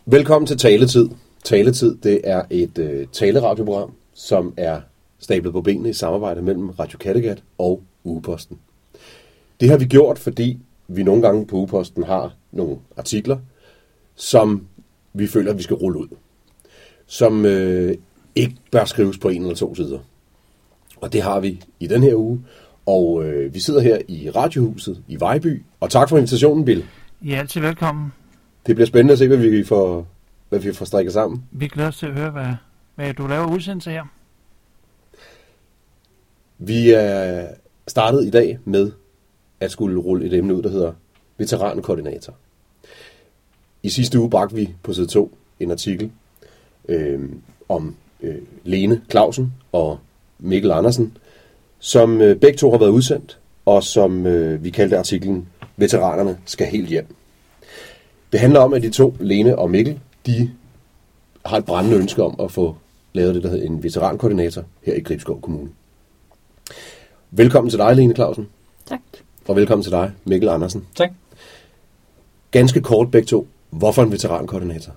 Velkommen til Taletid. Taletid, det er et taleradioprogram, som er stablet på benene i samarbejde mellem Radio Kattegat og Ugeposten. Det har vi gjort, fordi vi nogle gange på Ugeposten har nogle artikler, som vi føler, at vi skal rulle ud. Som ikke bør skrives på 1 eller 2 sider. Og det har vi i den her uge. Og vi sidder her i Radiohuset i Vejby. Og tak for invitationen, Bill. I er altid velkommen. Det bliver spændende at se, hvad vi får strikket sammen. Vi glæder os til at høre, hvad du laver udsendelse her. Vi er startet i dag med at skulle rulle et emne ud, der hedder veterankoordinator. I sidste uge bragte vi på side 2 en artikel om Lene Clausen og Mikkel Andersen, som begge to har været udsendt, og som vi kaldte artiklen Veteranerne skal helt hjem. Det handler om, at de to, Lene og Mikkel, de har et brændende ønske om at få lavet det, der hedder en veterankoordinator her i Gribskov Kommune. Velkommen til dig, Lene Clausen. Tak. Og velkommen til dig, Mikkel Andersen. Tak. Ganske kort begge to. Hvorfor en veterankoordinator?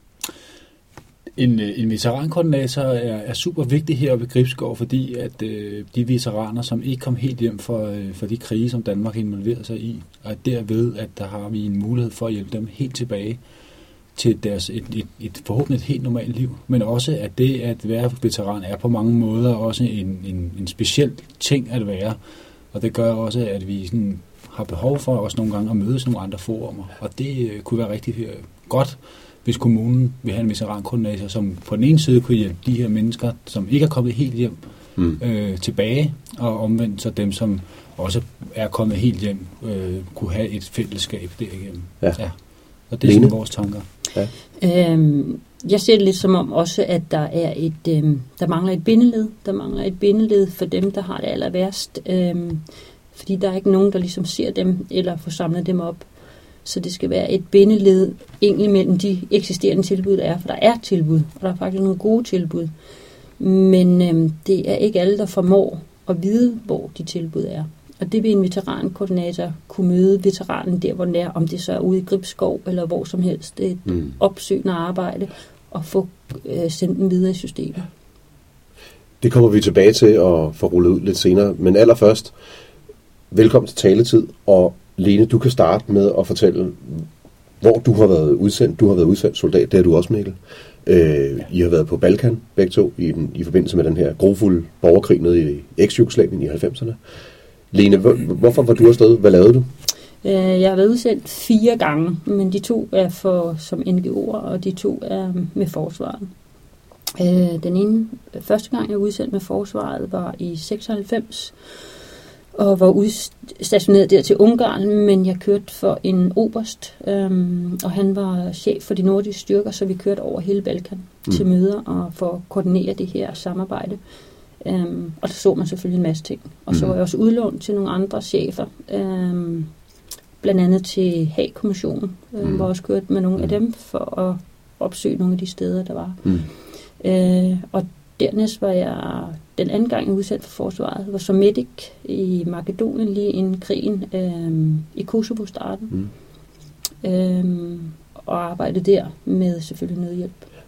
En veterankoordinator er super vigtig her ved Gribskov, fordi at de veteraner, som ikke kom helt hjem for de krige, som Danmark involverede sig i, og derved, at der har vi en mulighed for at hjælpe dem helt tilbage til deres et forhåbentlig et helt normalt liv. Men også, at det at være veteran er på mange måder også en speciel ting at være. Og det gør også, at vi sådan har behov for også nogle gange at mødes nogle andre forumer. Og det kunne være rigtig godt, hvis kommunen vil have en veterankoordinator, som på den ene side kunne hjælpe de her mennesker, som ikke er kommet helt hjem, tilbage, og omvendt så dem, som også er kommet helt hjem, kunne have et fællesskab derigennem. Ja. Og det er sådan vores tanker. Ja. Jeg ser det lidt som om også, at der mangler et bindeled. Der mangler et bindeled for dem, der har det aller værst. Fordi der er ikke nogen, der ligesom ser dem, eller får samlet dem op. Så det skal være et bindeled egentlig mellem de eksisterende tilbud, der er. For der er tilbud, og der er faktisk nogle gode tilbud. Men det er ikke alle, der formår at vide, hvor de tilbud er. Og det vil en veterankoordinator kunne møde veteranen der, hvor den er, om det så er ude i Gribskov eller hvor som helst. Det er et opsøgende arbejde og få sendt dem videre i systemet. Det kommer vi tilbage til at få rullet ud lidt senere. Men allerførst, velkommen til Taletid. Og Lene, du kan starte med at fortælle, hvor du har været udsendt. Du har været udsendt soldat, det er du også, Mikkel. I har været på Balkan, begge to, i forbindelse med den her grofulde borgerkrig nede i eks-Jugoslavien i 90'erne. Lene, hvorfor var du afsted? Hvad lavede du? Jeg har været udsendt 4 gange, men de 2 er som NGO'er, og de 2 er med forsvaret. Den første gang, jeg var udsendt med forsvaret, var i 96, og var udstationeret der til Ungarn, men jeg kørte for en oberst, og han var chef for de nordiske styrker, så vi kørte over hele Balkan til møder og for at koordinere det her samarbejde. Og der så man selvfølgelig en masse ting. Og så var jeg også udlånt til nogle andre chefer, blandt andet til Haag-kommissionen, hvor jeg også kørte med nogle af dem for at opsøge nogle af de steder, der var. Og dernæst var jeg den anden gang udsendt for forsvaret, var som medic i Makedonien lige inden krigen i Kosovo starten. Og arbejdede der med selvfølgelig nødhjælp.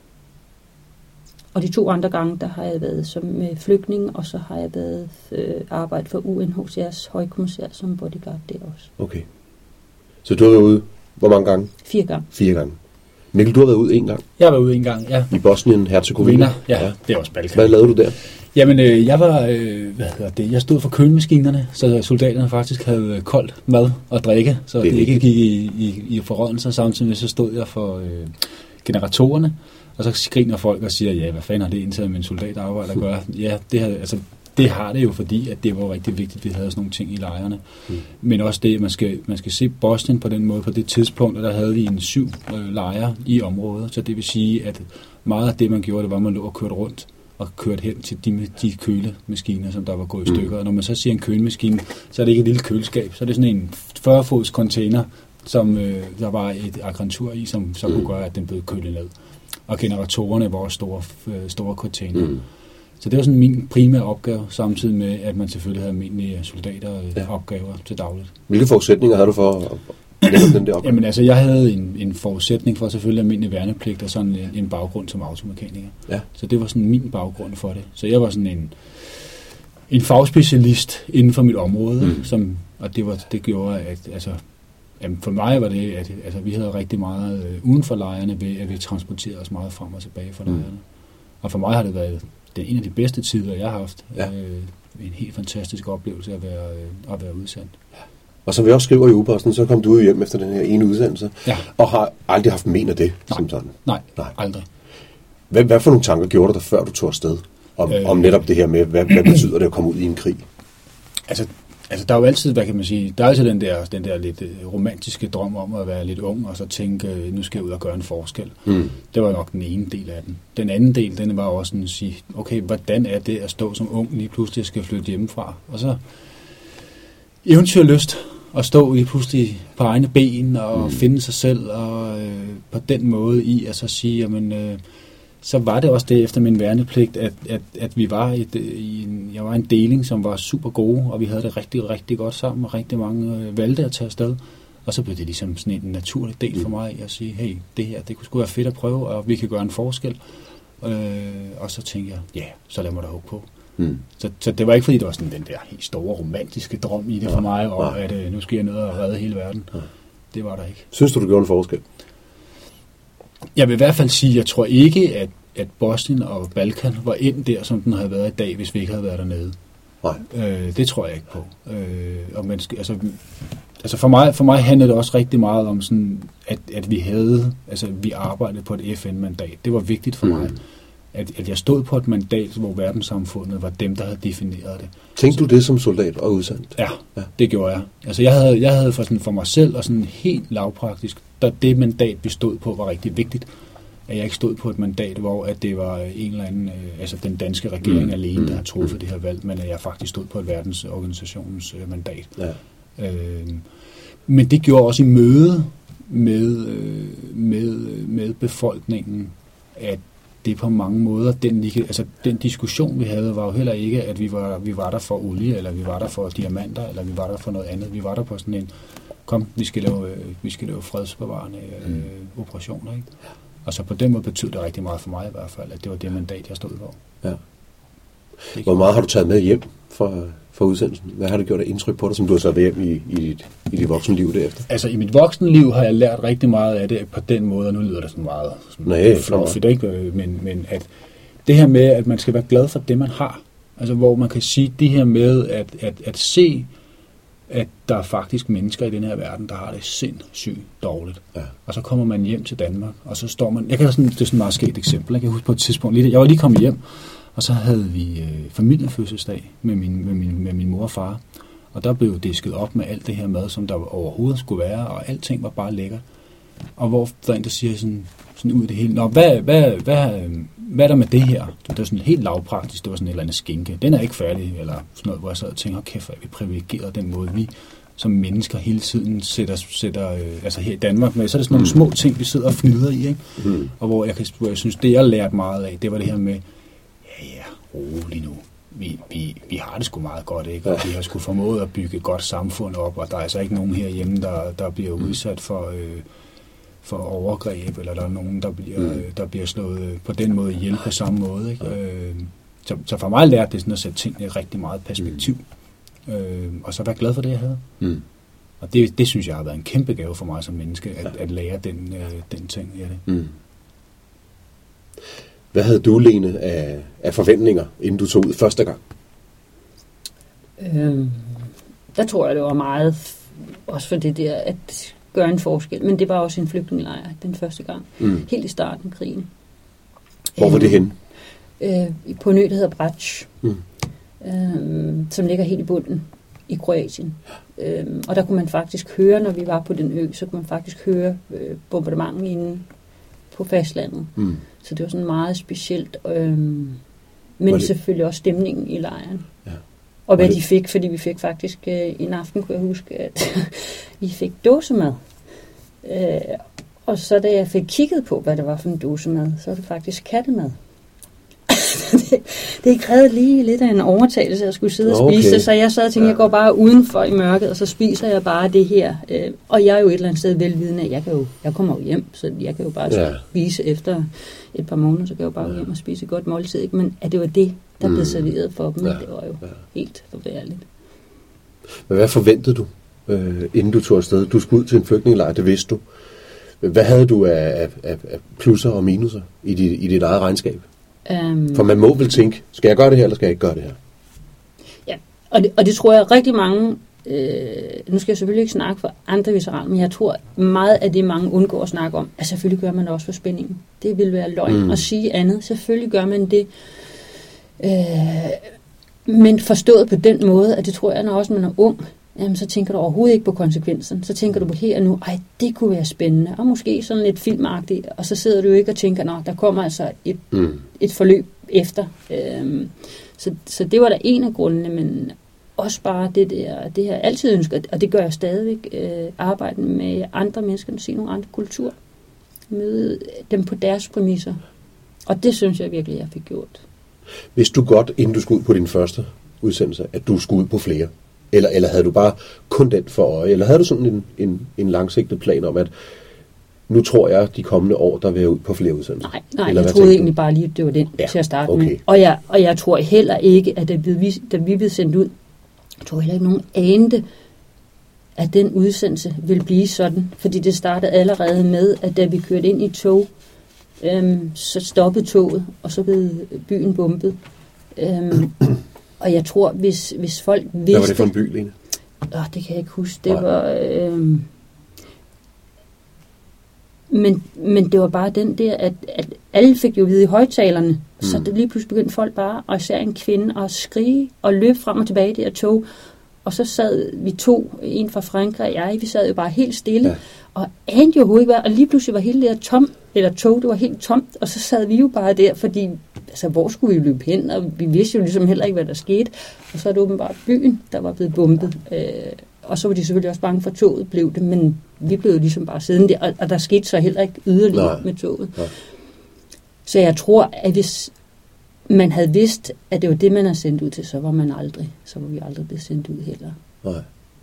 Og de 2 andre gange, der har jeg været som flygtning, og så har jeg været arbejdet for UNHCR's højkommissær som bodyguard der også. Okay. Så du har været ude hvor mange gange? 4 gange. 4 gange. Mikkel, du har været ude 1 gang? Jeg har været ude 1 gang, ja. I Bosnien-Herzegovina? Ja, det er også Balkan. Hvad lavede du der? Jamen, jeg var, jeg stod for kølemaskinerne, så soldaterne faktisk havde koldt mad og drikke, så det ikke gik i forrådnelser. Samtidig så stod jeg for generatorerne, og så skriner folk og siger, ja, hvad fanden har det indtaget med en soldatarbejde at gøre? Ja, det har det jo, fordi at det var rigtig vigtigt, at vi havde sådan nogle ting i lejrene. Men også det, man skal se Bosnien på den måde, på det tidspunkt, og der havde vi 7 lejre i området. Så det vil sige, at meget af det, man gjorde, det var, at man lå og kørte rundt og kørte hen til de kølemaskiner, som der var gået i stykker. Og når man så siger en kølemaskine, så er det ikke et lille køleskab. Så er det sådan en 40-fods container, som der var et agentur i, som så kunne gøre, at den blev kølet ned. Og generatorerne var også store container. Så det var sådan min primære opgave, samtidig med, at man selvfølgelig havde almindelige soldateropgaver til dagligt. Hvilke forudsætninger havde du for den der Jamen altså, jeg havde en forudsætning for selvfølgelig almindelig værnepligt og sådan en baggrund som automekaniker. Ja. Så det var sådan min baggrund for det. Så jeg var sådan en fagspecialist inden for mit område, og det gjorde, at altså, for mig var det, at altså, vi havde rigtig meget uden for lejrene ved, at vi transporterede os meget frem og tilbage fra lejrene. Og for mig har det været en af de bedste tider, jeg har haft. Ja. En helt fantastisk oplevelse at være udsendt. Ja. Og som vi også skriver i ugeposten, så kom du hjem efter den her ene udsendelse, og har aldrig haft men af det, som sådan. Nej, aldrig. Hvad for nogle tanker gjorde du dig, før du tog afsted? Om netop det her med, hvad betyder det at komme ud i en krig? Altså, der er jo altid, hvad kan man sige, der er altid den der lidt romantiske drøm om at være lidt ung, og så tænke, nu skal jeg ud og gøre en forskel. Det var nok den ene del af den. Den anden del, den var også sådan at sige, okay, hvordan er det at stå som ung lige pludselig skal flytte hjemmefra? Og så eventyrlyst at stå lige pludselig på egne ben og finde sig selv, og på den måde i at så sige, jamen, så var det også det efter min værnepligt, at vi var jeg var en deling, som var super gode, og vi havde det rigtig, rigtig godt sammen, og rigtig mange valgte at tage afsted. Og så blev det ligesom sådan en naturlig del for mig at sige, hey, det her, det kunne sgu være fedt at prøve, og vi kan gøre en forskel. Og så tænkte jeg, ja, så lad mig da håbe på. Så det var ikke, fordi det var sådan den der helt store romantiske drøm i det for mig, og at nu skal jeg ned og redde hele verden. Det var der ikke. Synes du gjorde en forskel? Jeg vil i hvert fald sige, jeg tror ikke, at Bosnien og Balkan var endt der, som den havde været i dag, hvis vi ikke havde været dernede. Nej. Det tror jeg ikke på. Og man skal, altså for mig handlede det også rigtig meget om sådan, at vi arbejdede på et FN-mandat. Det var vigtigt for mig. At jeg stod på et mandat, hvor verdenssamfundet var dem, der havde defineret det. Tænkte du det som soldat og udsendt? Ja, det gjorde jeg. Altså jeg havde for mig selv, og sådan helt lavpraktisk, da det mandat, vi stod på, var rigtig vigtigt. At jeg ikke stod på et mandat, hvor at det var en eller anden, altså den danske regering alene, der har truffet det her valg, men at jeg faktisk stod på et verdensorganisationens mandat. Ja. Men det gjorde også i møde med befolkningen, at det på mange måder, den diskussion, vi havde, var jo heller ikke, at vi var der for olie, eller vi var der for diamanter, eller vi var der for noget andet. Vi var der på sådan en, vi skal lave fredsbevarende operationer, ikke? Og så på den måde betød det rigtig meget for mig i hvert fald, at det var det mandat, jeg stod på. Ja. Hvor meget har du taget med hjem for udsendelsen? Hvad har det gjort af indtryk på dig, som du har taget hjem i dit voksenliv derefter? Altså i mit voksenliv har jeg lært rigtig meget af det på den måde, og nu lyder det sådan meget fluffigt, ikke? Men at det her med, at man skal være glad for det, man har. Altså hvor man kan sige det her med at se, at der er faktisk mennesker i den her verden, der har det sindssygt dårligt. Ja. Og så kommer man hjem til Danmark, og så står man... det er sådan et meget skægt eksempel. Jeg kan huske på et tidspunkt, jeg var lige kommet hjem, og så havde vi familiefødselsdag med min mor og far. Og der blev disket op med alt det her mad, som der overhovedet skulle være, og alting var bare lækkert. Og hvor der er en, der siger sådan ud i det hele, nå, hvad er der med det her? Det var sådan helt lavpraktisk, det var sådan et eller andet skinke. Den er ikke færdig, eller sådan noget, hvor jeg sad og tænkte, kæft, er vi privilegeret den måde, vi som mennesker hele tiden sætter altså her i Danmark med. Så er det sådan nogle små ting, vi sidder og fnyder i, ikke? Og hvor jeg synes, det jeg lærte meget af, det var det her med, rolig nu. Vi har det sgu meget godt, ikke? Og vi har sgu formået at bygge et godt samfund op, og der er altså ikke nogen herhjemme, der bliver udsat for overgreb, eller der er nogen, der bliver slået på den måde ihjel på samme måde, ikke? Så for mig lærte det sådan at sætte tingene i rigtig meget perspektiv. Og så være glad for det, jeg havde. Og det synes jeg har været en kæmpe gave for mig som menneske, at lære den ting i det. Hvad havde du, Lene, af forventninger, inden du tog ud første gang? Der tror jeg, det var meget, også for det der, at gøre en forskel. Men det var også en flygtningelejr den første gang. Helt i starten af krigen. Hvor var det henne? På en ø, der hedder Brač. Som ligger helt i bunden i Kroatien. Og der kunne man faktisk høre, når vi var på den ø, så kunne man faktisk høre bombardementen inde på fastlandet. Så det var sådan meget specielt. Men selvfølgelig også stemningen i lejren. Ja. Og hvad de fik, fordi vi fik faktisk en aften, kunne jeg huske, at vi fik dåsemad. Og så da jeg fik kigget på, hvad det var for en dåsemad, så var det faktisk kattemad. det krævede lige lidt af en overtagelse, at skulle sidde og spise det, så jeg sad og tænkte, jeg går bare udenfor i mørket, og så spiser jeg bare det her. Og jeg er jo et eller andet sted velvidende, at jeg kommer jo hjem, så jeg kan jo bare spise efter et par måneder, så kan jeg jo bare hjem og spise et godt måltid. Ikke? Men at det var det, der blev serveret for dem, det var jo helt forfærdeligt. Men hvad forventede du, inden du tog afsted? Du skulle ud til en flygtningelejr, det vidste du. Hvad havde du af plusser og minuser i dit eget regnskab? For man må vel tænke, skal jeg gøre det her, eller skal jeg ikke gøre det her? Ja, og det tror jeg rigtig mange, nu skal jeg selvfølgelig ikke snakke for andre veteraner, men jeg tror meget af det, mange undgår at snakke om, at selvfølgelig gør man det også for spændingen. Det vil være løgn at sige andet. Selvfølgelig gør man det. Men forstået på den måde, at det tror jeg, når også man er ung, jamen, så tænker du overhovedet ikke på konsekvensen. Så tænker du på her og nu, det kunne være spændende, og måske sådan lidt filmagtigt, og så sidder du ikke og tænker, der kommer altså et forløb efter. Så det var da en af grundene, men også bare det her altid ønsker, og det gør jeg stadigvæk, arbejde med andre mennesker, se nogle andre kulturer, møde dem på deres præmisser. Og det synes jeg virkelig, jeg fik gjort. Vidste du godt, inden du skulle ud på din første udsendelse, at du skulle ud på flere? Eller havde du bare kun den for øje? Eller havde du sådan en langsigtet plan om, at nu tror jeg, de kommende år, der vil jeg ud på flere udsendelser? Nej, jeg troede egentlig bare lige, det var den til at starte med. Og jeg tror heller ikke, at da vi blev sendt ud, jeg tror heller ikke, nogen anede, at den udsendelse ville blive sådan. Fordi det startede allerede med, at da vi kørte ind i tog, så stoppede toget, og så blev byen bombet. Og jeg tror, hvis folk vidste... Hvad var det for en by, Lene? Det kan jeg ikke huske. Det var... Men det var bare den der, at alle fik jo vide i højtalerne, så det lige pludselig begyndte folk bare, og især en kvinde, at skrige og løbe frem og tilbage i det her tog. Og så sad vi en fra Frankrig og jeg, vi sad jo bare helt stille, og anede jo overhovedet ikke, og lige pludselig var hele det her tog, det var helt tomt, og så sad vi jo bare der, fordi, altså, hvor skulle vi løbe hen, og vi vidste jo ligesom heller ikke, hvad der skete, og så er det åbenbart byen, der var blevet bombet, og så var de selvfølgelig også bange for, toget blev det, men vi blev jo ligesom bare siddende der, og der skete så heller ikke yderligere med toget. Nej. Så jeg tror, at hvis man havde vidst, at det var det, man havde sendt ud til, så var vi aldrig blevet sendt ud heller. Nej.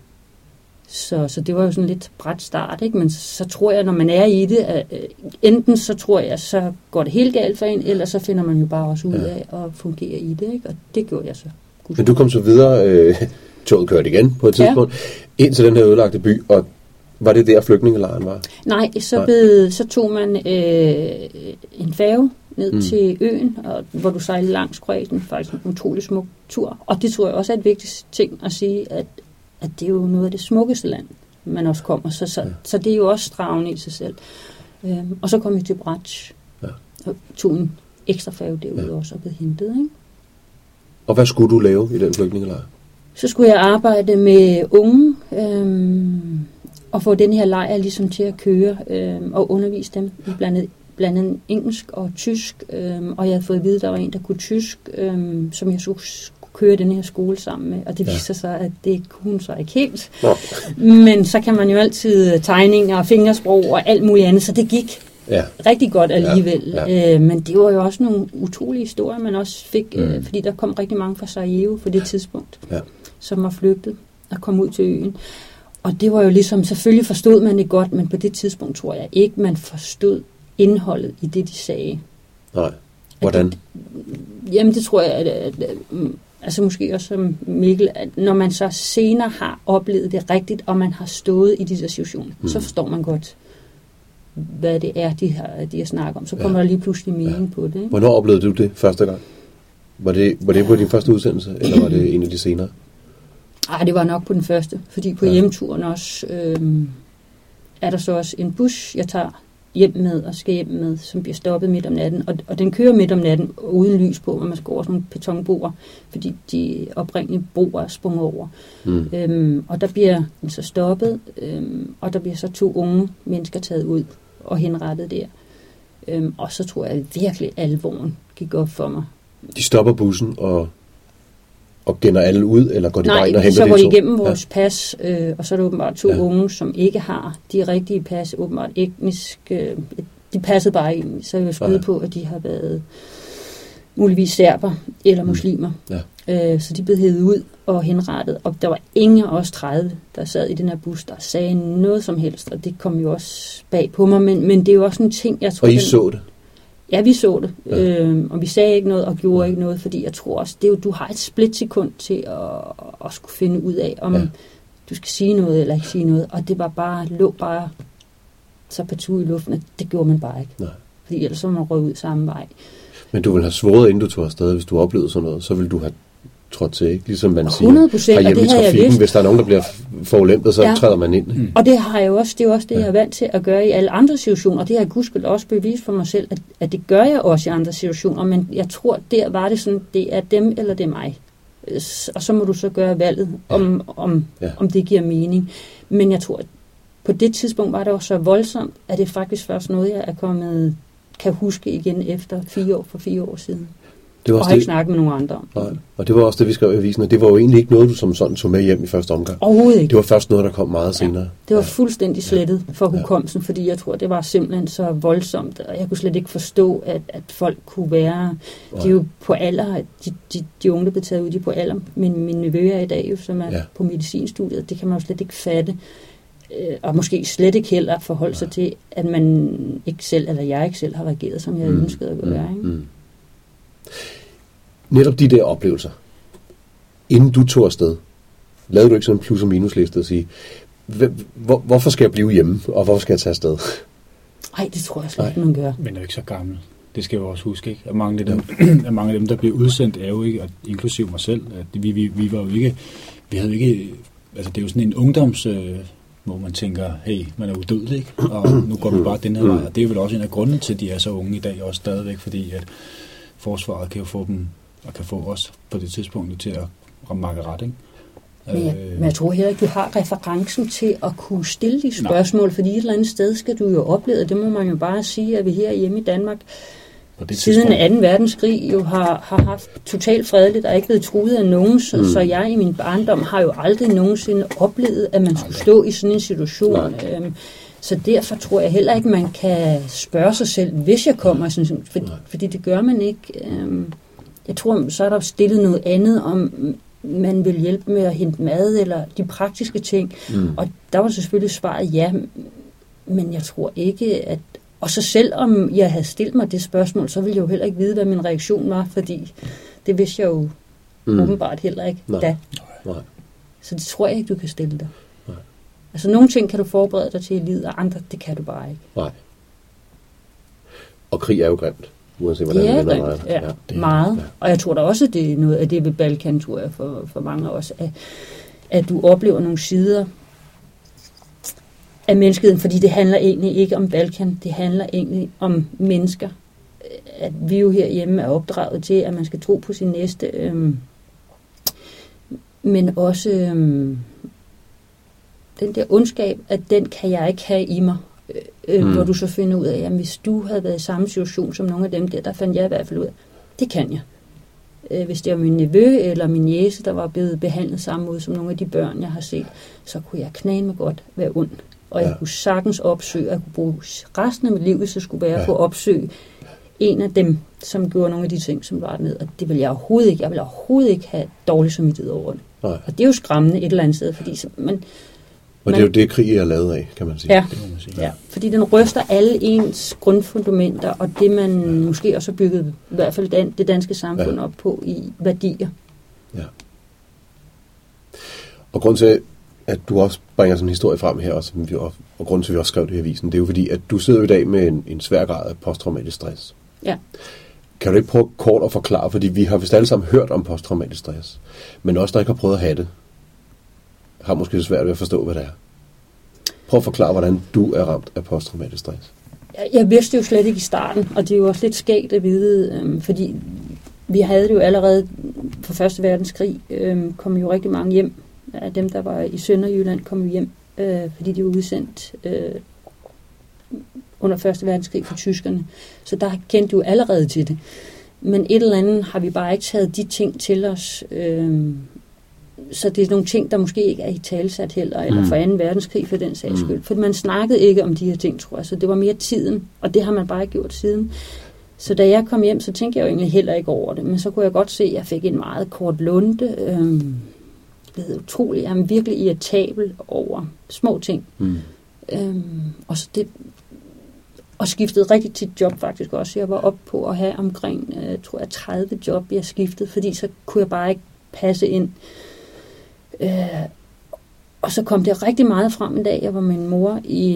Så det var jo sådan lidt brat start, ikke? Men så tror jeg, når man er i det, enten så tror jeg, så går det helt galt for en, eller så finder man jo bare også ud af at fungere i det, ikke? Og det gjorde jeg så. Men du kom så videre, toget kørte igen på et tidspunkt, ind til den her ødelagte by, og var det der flygtningelejren var? Nej, så tog man en færge ned til øen, hvor du sejlede langs Kroatien, faktisk en utrolig smuk tur. Og det tror jeg også er et vigtigt ting at sige, at det er jo noget af det smukkeste land, man også kommer. Så det er jo også stravende i sig selv. Og så kom vi til Brač, og tog en ekstra færge derude også og blev hentet. Ikke? Og hvad skulle du lave i den flygtningelejr? Så skulle jeg arbejde med unge, og få den her lejr ligesom til at køre, og undervise dem i blandt andet engelsk og tysk, og jeg havde fået at vide, at der var en, der kunne tysk, som jeg skulle køre den her skole sammen med, og det viser sig, at det kunne hun så ikke helt. Men så kan man jo altid tegninger og fingersprog og alt muligt andet, så det gik rigtig godt alligevel. Men det var jo også nogle utrolige historier, man også fik, fordi der kom rigtig mange fra Sarajevo på det tidspunkt, som var flygtet og kom ud til øen. Og det var jo ligesom, selvfølgelig forstod man det godt, men på det tidspunkt tror jeg ikke, man forstod indholdet i det, de sagde. Nej. Hvordan? Jamen det tror jeg, at altså måske også som Mikkel, at når man så senere har oplevet det rigtigt, og man har stået i de der situationer, så forstår man godt, hvad det er, de har snakket om. Så kommer der lige pludselig mening på det. Ikke? Hvornår oplevede du det første gang? Var det på din første udsendelse, eller var det en af de senere? Nej, det var nok på den første, fordi på hjemturen også er der så også en bus, jeg tager hjem med og skal hjem med, som bliver stoppet midt om natten, og den kører midt om natten uden lys på, og man skal over sådan nogle betonbroer, fordi de oprindelige broer er sprunget over. Og der bliver den så stoppet, og der bliver så 2 unge mennesker taget ud og henrettet der. Og så tror jeg virkelig, alvoren gik op for mig. De stopper bussen og gænder alle ud, eller går de bare ind og henter så går de igennem vores pas, og så er der åbenbart 2 unge, som ikke har de rigtige pas, åbenbart etnisk. De passede bare ind, så jeg var skyde på, at de har været muligvis serber eller muslimer. Ja. Så de blev hævet ud og henrettet, og der var ingen af os 30, der sad i den her bus, der sagde noget som helst, og det kom jo også bag på mig, men det er jo også en ting, jeg tror... Og I så det? Ja, vi så det, og vi sagde ikke noget og gjorde ikke noget, fordi jeg tror også, det er jo, du har et splitsekund til at skulle finde ud af, om du skal sige noget eller ikke sige noget, og det var bare, lå bare så partout i luften, at det gjorde man bare ikke. Nej. Fordi ellers så man røget ud samme vej. Men du ville have svoret, inden du tog afsted, hvis du oplevede sådan noget, så ville du have trådt til, ikke? Ligesom man 100%, siger herhjemme i trafikken, hvis der er nogen, der bliver forulæmpet, så træder man ind. Og det har jeg jo også, det er jo også det, jeg er vant til at gøre i alle andre situationer, og det har jeg gudskelov også bevist for mig selv, at det gør jeg også i andre situationer, men jeg tror, der var det sådan, det er dem eller det er mig. Og så må du så gøre valget, om det giver mening. Men jeg tror, at på det tidspunkt var det også så voldsomt, at det faktisk først noget, jeg er kommet, kan huske igen efter 4 år siden. Det var og har ikke snakket med nogen andre om. Nej. Og det var også det, vi skrev i avisen, og det var jo egentlig ikke noget, du som sådan tog med hjem i første omgang. Overhovedet ikke. Det var først noget, der kom meget senere. Det var fuldstændig slettet for hukommelsen, fordi jeg tror, det var simpelthen så voldsomt, og jeg kunne slet ikke forstå, at folk kunne være... De er jo på alder, de unge, der blev taget ud, de er på alder. Min nevø er i dag, jo, som er på medicinstudiet, det kan man jo slet ikke fatte. Og måske slet ikke heller forholde sig til, at man ikke selv, eller jeg ikke selv har reageret, som jeg ønskede at gøre. Ikke? Netop de der oplevelser, inden du tog afsted, lavede du ikke sådan en plus- og minusliste og sige, hvorfor skal jeg blive hjemme, og hvorfor skal jeg tage afsted? Nej, det tror jeg slet ikke, man gør. Men er jo ikke så gammel. Det skal jeg jo også huske, ikke? At mange af dem, der bliver udsendt, er jo ikke, inklusiv mig selv, at vi var jo ikke, vi havde ikke, altså det er jo sådan en ungdoms... hvor man tænker, hey, man er udødelig, ikke? Og nu går vi bare den her vej. Og det er vel også en af grundene til, at de er så unge i dag, også stadigvæk, fordi at forsvaret kan jo få dem, og kan få os på det tidspunkt til at ramme ret, ikke? Men jeg tror heller ikke, du har referencen til at kunne stille de spørgsmål, fordi et eller andet sted skal du jo opleve, det må man jo bare sige, at vi her hjemme i Danmark, siden 2. verdenskrig jo har haft totalt fredeligt og ikke blevet truet af nogen, så jeg i min barndom har jo aldrig nogensinde oplevet, at man skulle stå i sådan en situation. Så derfor tror jeg heller ikke, man kan spørge sig selv, hvis jeg kommer, sådan, fordi det gør man ikke. Jeg tror, så er der stillet noget andet om, man vil hjælpe med at hente mad, eller de praktiske ting. Og der var selvfølgelig svaret ja, men jeg tror ikke, at... Og så selvom jeg havde stillet mig det spørgsmål, så ville jeg jo heller ikke vide, hvad min reaktion var, fordi det vidste jeg jo åbenbart heller ikke da. Nej. Så det tror jeg ikke, du kan stille dig. Nej. Altså nogle ting kan du forberede dig til i livet, og andre, det kan du bare ikke. Nej. Og krig er jo grimt, uanset hvordan det det er. Ja, meget. Ja. Og jeg tror da også, at det er noget af det ved Balkan, tror jeg, for mange af os, at du oplever nogle sider af menneskeheden, fordi det handler egentlig ikke om Balkan, det handler egentlig om mennesker. At vi jo herhjemme er opdraget til, at man skal tro på sin næste, men også den der ondskab, at den kan jeg ikke have i mig, hvor du så finder ud af, at hvis du havde været i samme situation som nogle af dem der fandt jeg i hvert fald ud af, det kan jeg. Hvis det var min nevø eller min jæse, der var blevet behandlet samme måde som nogle af de børn, jeg har set, så kunne jeg knæme godt være ond. Og jeg kunne sagtens opsøge, jeg kunne bruge resten af mit liv, hvis det skulle være på at opsøge en af dem, som gjorde nogle af de ting, som var dernede. Og det vil jeg overhovedet ikke. Jeg vil overhovedet ikke have dårlig samvittighed over det. Nej. Og det er jo skræmmende et eller andet sted, fordi og det er jo det, krig er lavet af, kan man sige. Ja, ja, fordi den ryster alle ens grundfundamenter, og det man måske også har bygget, i hvert fald det danske samfund op på, i værdier. Ja. Og grund til, at du også bringer sådan en historie frem her, og grund til, at vi også skrev det i avisen, det er jo fordi, at du sidder i dag med en svær grad af posttraumatisk stress. Ja. Kan du ikke prøve kort at forklare, fordi vi har vist alle sammen hørt om posttraumatisk stress, men også der ikke har prøvet at have det, har måske det svært ved at forstå, hvad det er. Prøv at forklare, hvordan du er ramt af posttraumatisk stress. Jeg vidste jo slet ikke i starten, og det er jo også lidt skægt at vide, fordi vi havde det jo allerede for 1. verdenskrig, kom jo rigtig mange hjem. Af dem, der var i Sønderjylland, kom jo hjem, fordi de var udsendt under 1. verdenskrig for tyskerne. Så der kendte jo allerede til det. Men et eller andet har vi bare ikke taget de ting til os. Så det er nogle ting, der måske ikke er i talsat heller, eller for 2. verdenskrig for den sags skyld. For man snakkede ikke om de her ting, tror jeg. Så det var mere tiden, og det har man bare ikke gjort siden. Så da jeg kom hjem, så tænkte jeg jo egentlig heller ikke over det. Men så kunne jeg godt se, at jeg fik en meget kort lunte. Det er utroligt. Jeg er virkelig irritabel over små ting. Og så det... Og skiftede rigtig tit job faktisk også. Jeg var oppe på at have omkring, 30 job, jeg skiftede, fordi så kunne jeg bare ikke passe ind. Og så kom det rigtig meget frem en dag. Jeg var med min mor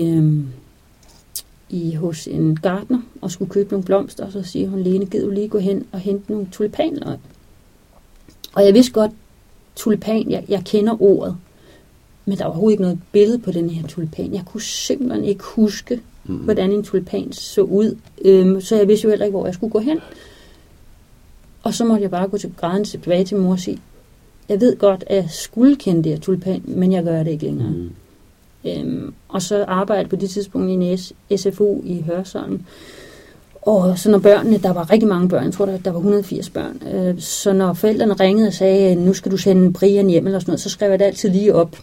hos en gartner og skulle købe nogle blomster, og så siger hun, Lene, gider du lige gå hen og hente nogle tulipanløg? Og jeg vidste godt, tulipan, jeg kender ordet, men der var overhovedet ikke noget billede på den her tulipan. Jeg kunne simpelthen ikke huske, hvordan en tulipan så ud. Så jeg vidste jo heller ikke, hvor jeg skulle gå hen. Og så måtte jeg bare gå tilbage til mor og sige, jeg ved godt, at jeg skulle kende det her tulipan, men jeg gør det ikke længere. Og så arbejdede på det tidspunkt i en SFO i Hørsholm. Og så når børnene, der var rigtig mange børn, jeg tror, der var 180 børn, så når forældrene ringede og sagde, nu skal du sende Brian hjem eller sådan noget, så skrev jeg det altid lige op.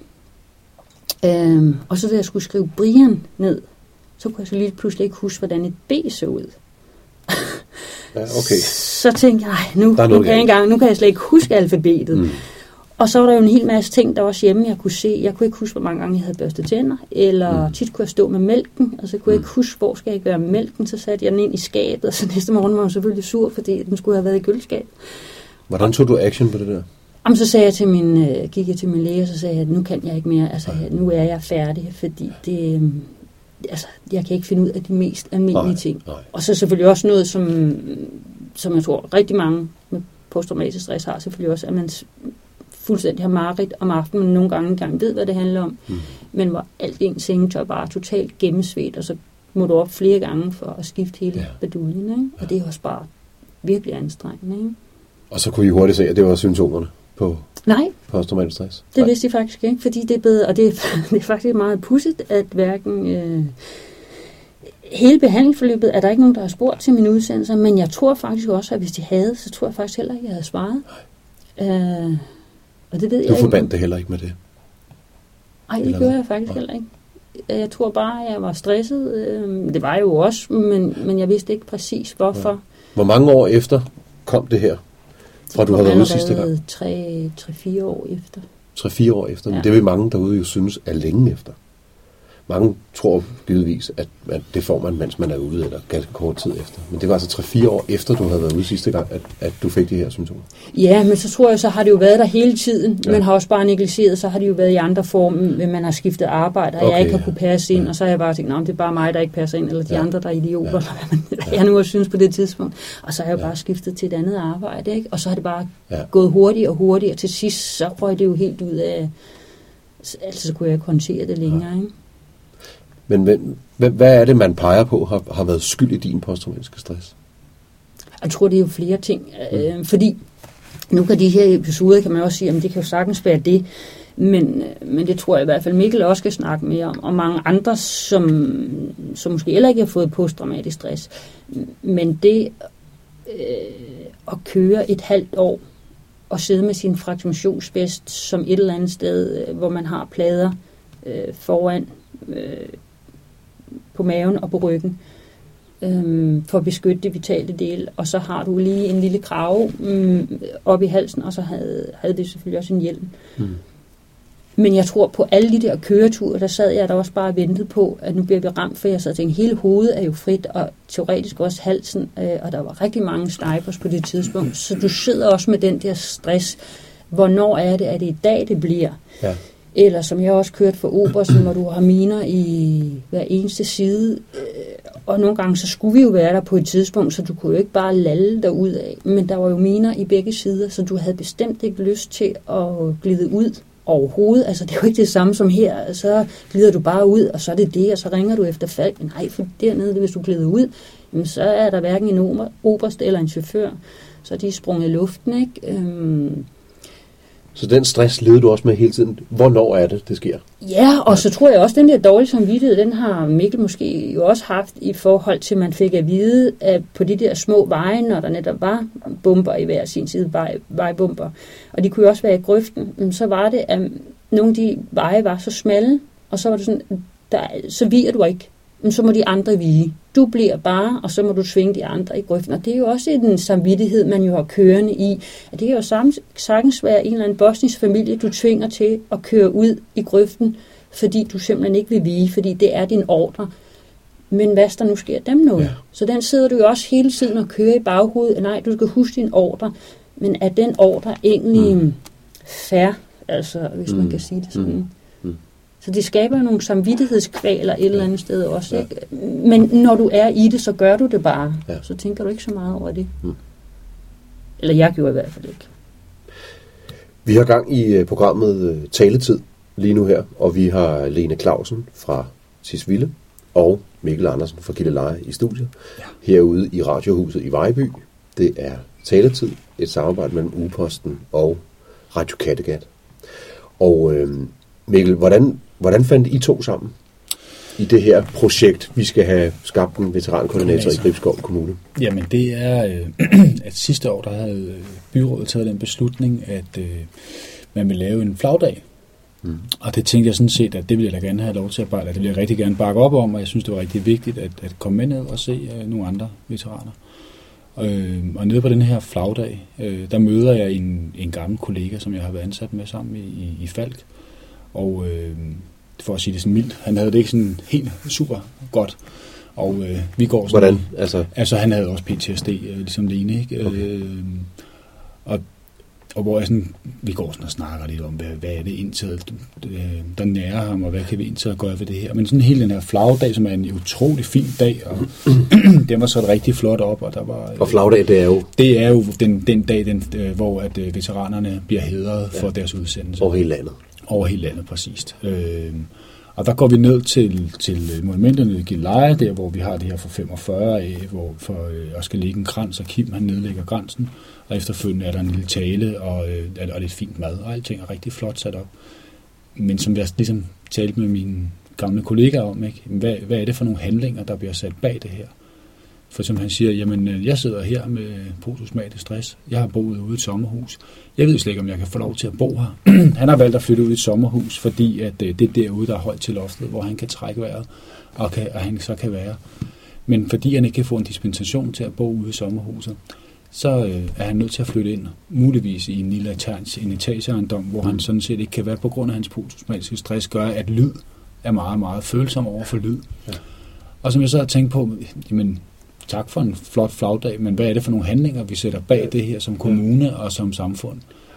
Og så da jeg skulle skrive Brian ned, så kunne jeg så lige pludselig ikke huske, hvordan et B så ud. Ja, okay. Så tænkte jeg, nu kan jeg slet ikke huske alfabetet. Og så var der jo en hel masse ting, der også hjemme, jeg kunne se. Jeg kunne ikke huske, hvor mange gange jeg havde børstet tænder, eller tit kunne jeg stå med mælken, og så kunne jeg ikke huske, hvor skal jeg gøre mælken. Så satte jeg den ind i skabet, og så næste morgen var jeg selvfølgelig sur, fordi den skulle have været i køleskabet. Hvordan tog du action på det der? Jamen, så sagde jeg gik jeg til min læge, og så sagde jeg, at nu kan jeg ikke mere. Altså, nu er jeg færdig, fordi det... jeg kan ikke finde ud af de mest almindelige ting. Og så selvfølgelig også noget, som jeg tror rigtig mange med posttraumatisk stress har, selvfølgelig også, at man fuldstændig har mareridt om aftenen, men nogle gange engang ved, hvad det handler om. Men hvor alt ens sengetøj bare totalt gennemsvedt, og så må du op flere gange for at skifte hele baduljen, ikke? Og det er også bare virkelig anstrengende, ikke? Og så kunne I hurtigt se, at det var symptomerne på posttraumatisk stress? Det vidste jeg faktisk ikke, fordi det er bedre, og det er faktisk meget pudsigt, at hverken... hele behandlingsforløbet er der ikke nogen, der har spurgt til mine udsendelser, men jeg tror faktisk også, at hvis de havde, så tror jeg faktisk heller ikke, jeg havde svaret. Og det ved jeg ikke. Du forbandt det heller ikke med det? Nej, det gjorde jeg faktisk heller ikke. Jeg tror bare, at jeg var stresset. Det var jeg jo også, men jeg vidste ikke præcis, hvorfor. Ja. Hvor mange år efter kom det her? Fra du havde været ude sidste gang? 3-4 år efter. 3-4 år efter? Men det vil mange derude jo synes er længe efter. Mange tror givetvis, at det får man, mens man er ude, eller ganske kort tid efter. Men det var altså 3-4 år efter, du havde været ude sidste gang, at du fik de her symptomer. Ja, men så tror jeg, så har det jo været der hele tiden. Man har også bare negligeret, så har det jo været i andre former. Man har skiftet arbejde, og jeg ikke har kunne passe ind, og så har jeg bare tænkt, det er bare mig, der ikke passer ind, eller de andre, der er idioter, jeg nu har synes på det tidspunkt. Og så har jeg bare skiftet til et andet arbejde, ikke? Og så har det bare gået hurtigere og hurtigere, og til sidst, så røg det jo helt ud af... Altså, så kunne jeg ikke håndtere det længere, ikke? Men hvad er det, man peger på, har været skyld i din posttraumatiske stress? Jeg tror, det er jo flere ting. Fordi nu kan de her episoder, kan man også sige, at det kan jo sagtens være det. Men det tror jeg i hvert fald, Mikkel også skal snakke mere om. Og mange andre, som måske heller ikke har fået posttraumatisk stress. Men det at køre et halvt år og sidde med sin fraktionationsvest som et eller andet sted, hvor man har plader foran på maven og på ryggen for at beskytte de vitale dele, og så har du lige en lille krave op i halsen, og så havde det selvfølgelig også en hjelm. Men jeg tror på alle de der køreture, der sad jeg der også bare og ventede på, at nu bliver vi ramt, for jeg så tænkte, hele hovedet er jo frit, og teoretisk også halsen, og der var rigtig mange snipers på det tidspunkt, så du sidder også med den der stress. Hvornår er det i dag, det bliver? Ja. Eller som jeg også kørte for Obersten, hvor du har miner i hver eneste side. Og nogle gange, så skulle vi jo være der på et tidspunkt, så du kunne jo ikke bare lalle derud af. Men der var jo miner i begge sider, så du havde bestemt ikke lyst til at glide ud overhovedet. Altså, det er jo ikke det samme som her. Så glider du bare ud, og så er det det, og så ringer du efter Falk. Nej, for dernede, hvis du glider ud, jamen, så er der hverken en oberst eller en chauffør. Så de er sprunget i luften, ikke? Så den stress leder du også med hele tiden. Hvornår er det sker? Ja, og så tror jeg også, den der dårlige samvittighed, den har Mikkel måske jo også haft i forhold til, at man fik at vide, at på de der små veje, når der netop var bomber i hver sin side, vejbomber, og de kunne jo også være i grøften, så var det, at nogle af de veje var så smalle, og så var det sådan, så viger du ikke. så må de andre vige. Du bliver bare, og så må du tvinge de andre i grøften. Og det er jo også en samvittighed, man jo har kørende i. At det kan jo sagtens være en eller anden bosnisk familie, du tvinger til at køre ud i grøften, fordi du simpelthen ikke vil vige, fordi det er din ordre. Men hvad der nu sker dem noget? Ja. Så den sidder du jo også hele tiden og kører i baghovedet. Nej, du skal huske din ordre. Men er den ordre egentlig fair? Altså, hvis man kan sige det sådan. Så det skaber jo nogle samvittighedskvaler et eller andet sted også. Ikke? Men når du er i det, så gør du det bare. Ja. Så tænker du ikke så meget over det. Eller jeg gjorde i hvert fald ikke. Vi har gang i programmet Taletid lige nu her, og vi har Lene Clausen fra Tisvilde og Mikkel Andersen fra Gilleleje i studiet. Ja. Herude i Radiohuset i Vejby. Det er Taletid, et samarbejde mellem Ugeposten og Radio Kattegat. Og Mikkel, hvordan fandt I to sammen i det her projekt, vi skal have skabt en veterankoordinator i Gribskov Kommune? Jamen det er, at sidste år der havde byrådet taget den beslutning, at man vil lave en flagdag. Og det tænkte jeg sådan set, at det ville jeg da gerne have lov til at bakke, det ville jeg rigtig gerne bakke op om, og jeg synes, det var rigtig vigtigt at komme med ned og se nogle andre veteraner. Og nede på den her flagdag, der møder jeg en gammel kollega, som jeg har været ansat med sammen i Falk. Og for at sige det sådan mildt, han havde det ikke sådan helt super godt. Og vi går sådan... Hvordan? Altså han havde også PTSD, ligesom Lene, ikke? Okay. Og hvor jeg sådan, vi går sådan og snakker lidt om, hvad er det indtil, der nærer ham, og hvad kan vi indtil gøre ved det her. Men sådan hele den her flagdag, som er en utrolig fin dag, og den var så rigtig flot op, og der var... Og flagdag, det er jo... Det er jo den dag, hvor at veteranerne bliver hædret for deres udsendelse. Over hele landet. Over hele landet, præcist. Og der går vi ned til monumenterne i Gilleleje, der hvor vi har det her for 45 af, hvor der skal ligge en krans, og Kim han nedlægger kransen, og efterfølgende er der en lille tale og lidt fint mad, og alting er rigtig flot sat op. Men som jeg ligesom talte med mine gamle kollegaer om, ikke? Hvad er det for nogle handlinger, der bliver sat bag det her? For som han siger, jamen jeg sidder her med posttraumatisk stress, jeg har boet ude i et sommerhus, jeg ved slet ikke, om jeg kan få lov til at bo her. Han har valgt at flytte ud i et sommerhus, fordi at det er derude, der er højt til loftet, hvor han kan trække vejret, og han så kan være. Men fordi han ikke kan få en dispensation til at bo ude i sommerhuset, så er han nødt til at flytte ind, muligvis i en lille etageejendom, hvor han sådan set ikke kan være, på grund af hans posttraumatiske stress, gør, at lyd er meget, meget følsom over for lyd. Ja. Og som jeg så har tænkt på, jamen, tak for en flot flagdag, men hvad er det for nogle handlinger, vi sætter bag det her som kommune og som samfund?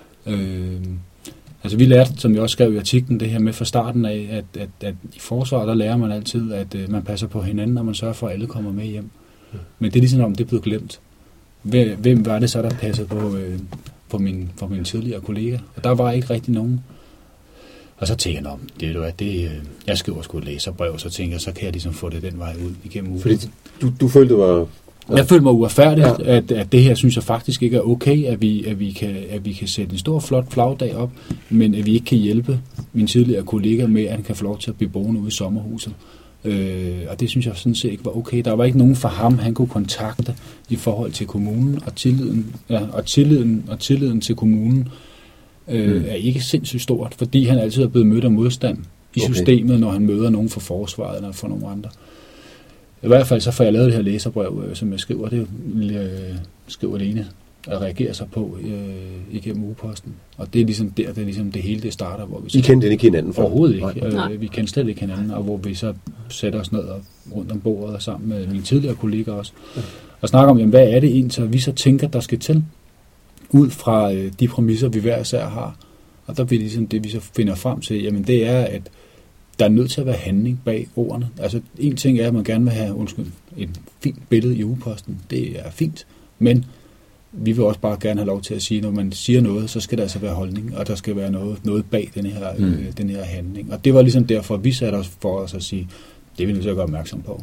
Altså vi lærte, som jeg også skrev i artiklen, det her med fra starten af, at i forsvaret, der lærer man altid, at man passer på hinanden, og man sørger for, at alle kommer med hjem. Men det er ligesom om, det er blevet glemt. Hvem var det så, der passede på mine tidligere kolleger? Og der var ikke rigtig nogen. Og så tænker jeg, jeg skriver sgu et læserbrev, og så tænker jeg, så kan jeg ligesom få det den vej ud igennem ugen. Fordi du følte, det var... Jeg følte mig uretfærdigt, at det her synes jeg faktisk ikke er okay, at vi kan sætte en stor, flot flagdag op, men at vi ikke kan hjælpe mine tidligere kolleger med, at han kan få lov til at blive boende ude i sommerhuset. Og det synes jeg sådan set ikke var okay. Der var ikke nogen for ham, han kunne kontakte i forhold til kommunen, og tilliden til kommunen er ikke sindssygt stort, fordi han altid er blevet mødt af modstand i systemet, når han møder nogen fra forsvaret eller fra nogen andre. I hvert fald så får jeg lavet det her læserbrev, som jeg skriver, det skriver Lene og reagerer sig på igennem Ugeposten. Og det er ligesom det hele, det starter, hvor vi så... I kendte ikke hinanden for? Overhovedet ikke. Vi kendte slet ikke hinanden, og hvor vi så sætter os ned og rundt om bordet og sammen med mine tidligere kolleger også, og snakker om, jamen, hvad er det egentlig, vi så tænker, der skal til, ud fra de præmisser, vi hver især har. Og der vil ligesom det, vi så finder frem til, jamen det er, at der er nødt til at være handling bag ordene. Altså en ting er, at man gerne vil have et fint billede i Ugeposten. Det er fint, men vi vil også bare gerne have lov til at sige, når man siger noget, så skal der altså være holdning, og der skal være noget bag den her handling. Og det var ligesom derfor, vi satte os for os at sige, det er vi nødt til at gøre opmærksom på.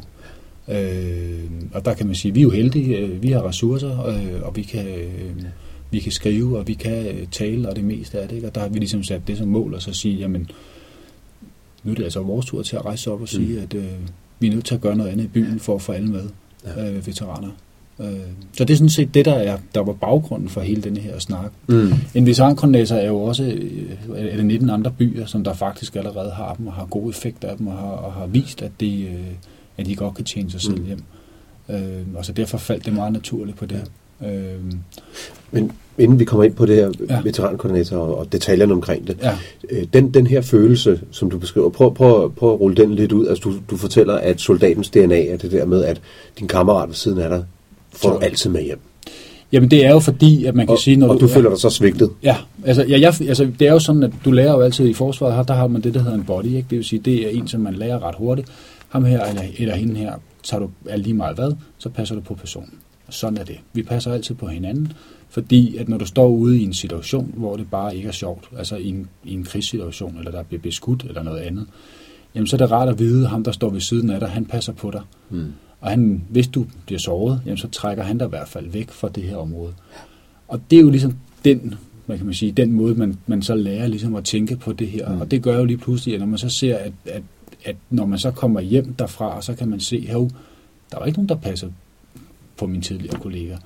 Og der kan man sige, vi er jo heldige, vi har ressourcer, og vi kan skrive, og vi kan tale, og det meste af det. Ikke? Og der har vi ligesom sat det som mål, og så sige, jamen, nu er det altså vores tur til at rejse op og sige, at vi er nødt til at gøre noget andet i byen, for at få alle med veteraner. Så det er sådan set det, der var baggrunden for hele denne her snak. En veterankoordinator er jo også er 19 andre byer, som der faktisk allerede har dem, og har gode effekter af dem, og har vist, at de godt kan tjene sig selv hjem. Og så derfor faldt det meget naturligt på det. Men inden vi kommer ind på det her veterankoordinator og detaljerne omkring det, den her følelse, som du beskriver, prøv at rulle den lidt ud. Altså du fortæller, at soldatens DNA er det der med, at din kammerat ved siden af dig får du altid med hjem. Jamen det er jo fordi, at man kan sige... Og du føler dig så svigtet. Ja, altså det er jo sådan, at du lærer jo altid i forsvaret, der har man det, der hedder en body, ikke? Det vil sige, det er en, som man lærer ret hurtigt. Ham her eller hende her, tager du lige meget hvad, så passer du på personen. Sådan er det. Vi passer altid på hinanden, fordi at når du står ude i en situation, hvor det bare ikke er sjovt, altså i en krigssituation, eller der bliver beskudt, eller noget andet, jamen så er det rart at vide, at ham, der står ved siden af dig, han passer på dig. Og hvis du bliver såret, jamen så trækker han dig i hvert fald væk fra det her område. Og det er jo ligesom den måde, man så lærer ligesom at tænke på det her. Og det gør jo lige pludselig, at når man så ser, at når man så kommer hjem derfra, så kan man se, at der er ikke nogen, der passer på mine tidligere kolleger.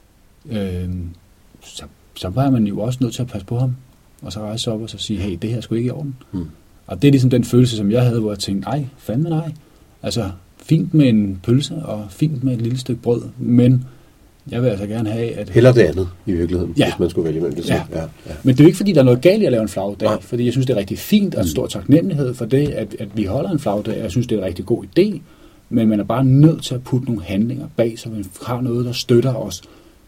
Så var man jo også nødt til at passe på ham, og så rejse op og så sige, hey, det her er sgu ikke i orden. Og det er ligesom den følelse, som jeg havde, hvor jeg tænkte, nej, fandme nej. Altså, fint med en pølse, og fint med et lille stykke brød, men jeg vil altså gerne have, at... Heller det andet, i virkeligheden, hvis man skulle vælge mellem det. Ja. Men det er jo ikke, fordi der er noget galt i at lave en flagdag, fordi jeg synes, det er rigtig fint, og stor taknemmelighed for det, at vi holder en flagdag. Jeg synes, det er en rigtig god idé, men man er bare nødt til at putte nogle handlinger bag, så man har noget, der støtter os,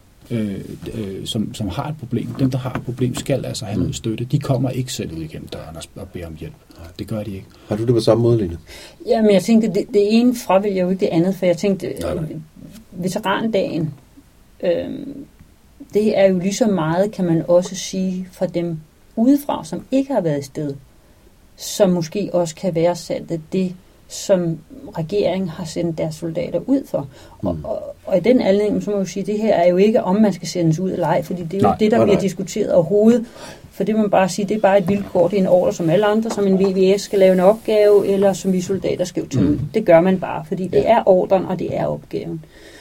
som har et problem. Dem, der har et problem, skal altså have noget støtte. De kommer ikke selv ud igennem døren og beder om hjælp. Det gør de ikke. Har du det på samme måde, Line? Jamen, jeg tænkte, det ene fravælger jo ikke det andet, for jeg tænkte, veterandagen, det er jo lige så meget, kan man også sige, fra dem udefra, som ikke har været i sted, som måske også kan værdsætte det, som regeringen har sendt deres soldater ud for. Og i den anledning, så må jeg sige, det her er jo ikke, om man skal sendes ud eller ej, fordi det er jo det, der bliver diskuteret overhovedet. For det må man bare sige, det er bare et vilkår, det er en ordre som alle andre, som en VVS skal lave en opgave, eller som vi soldater skal tage ud. Det gør man bare, fordi det er ordren, og det er opgaven.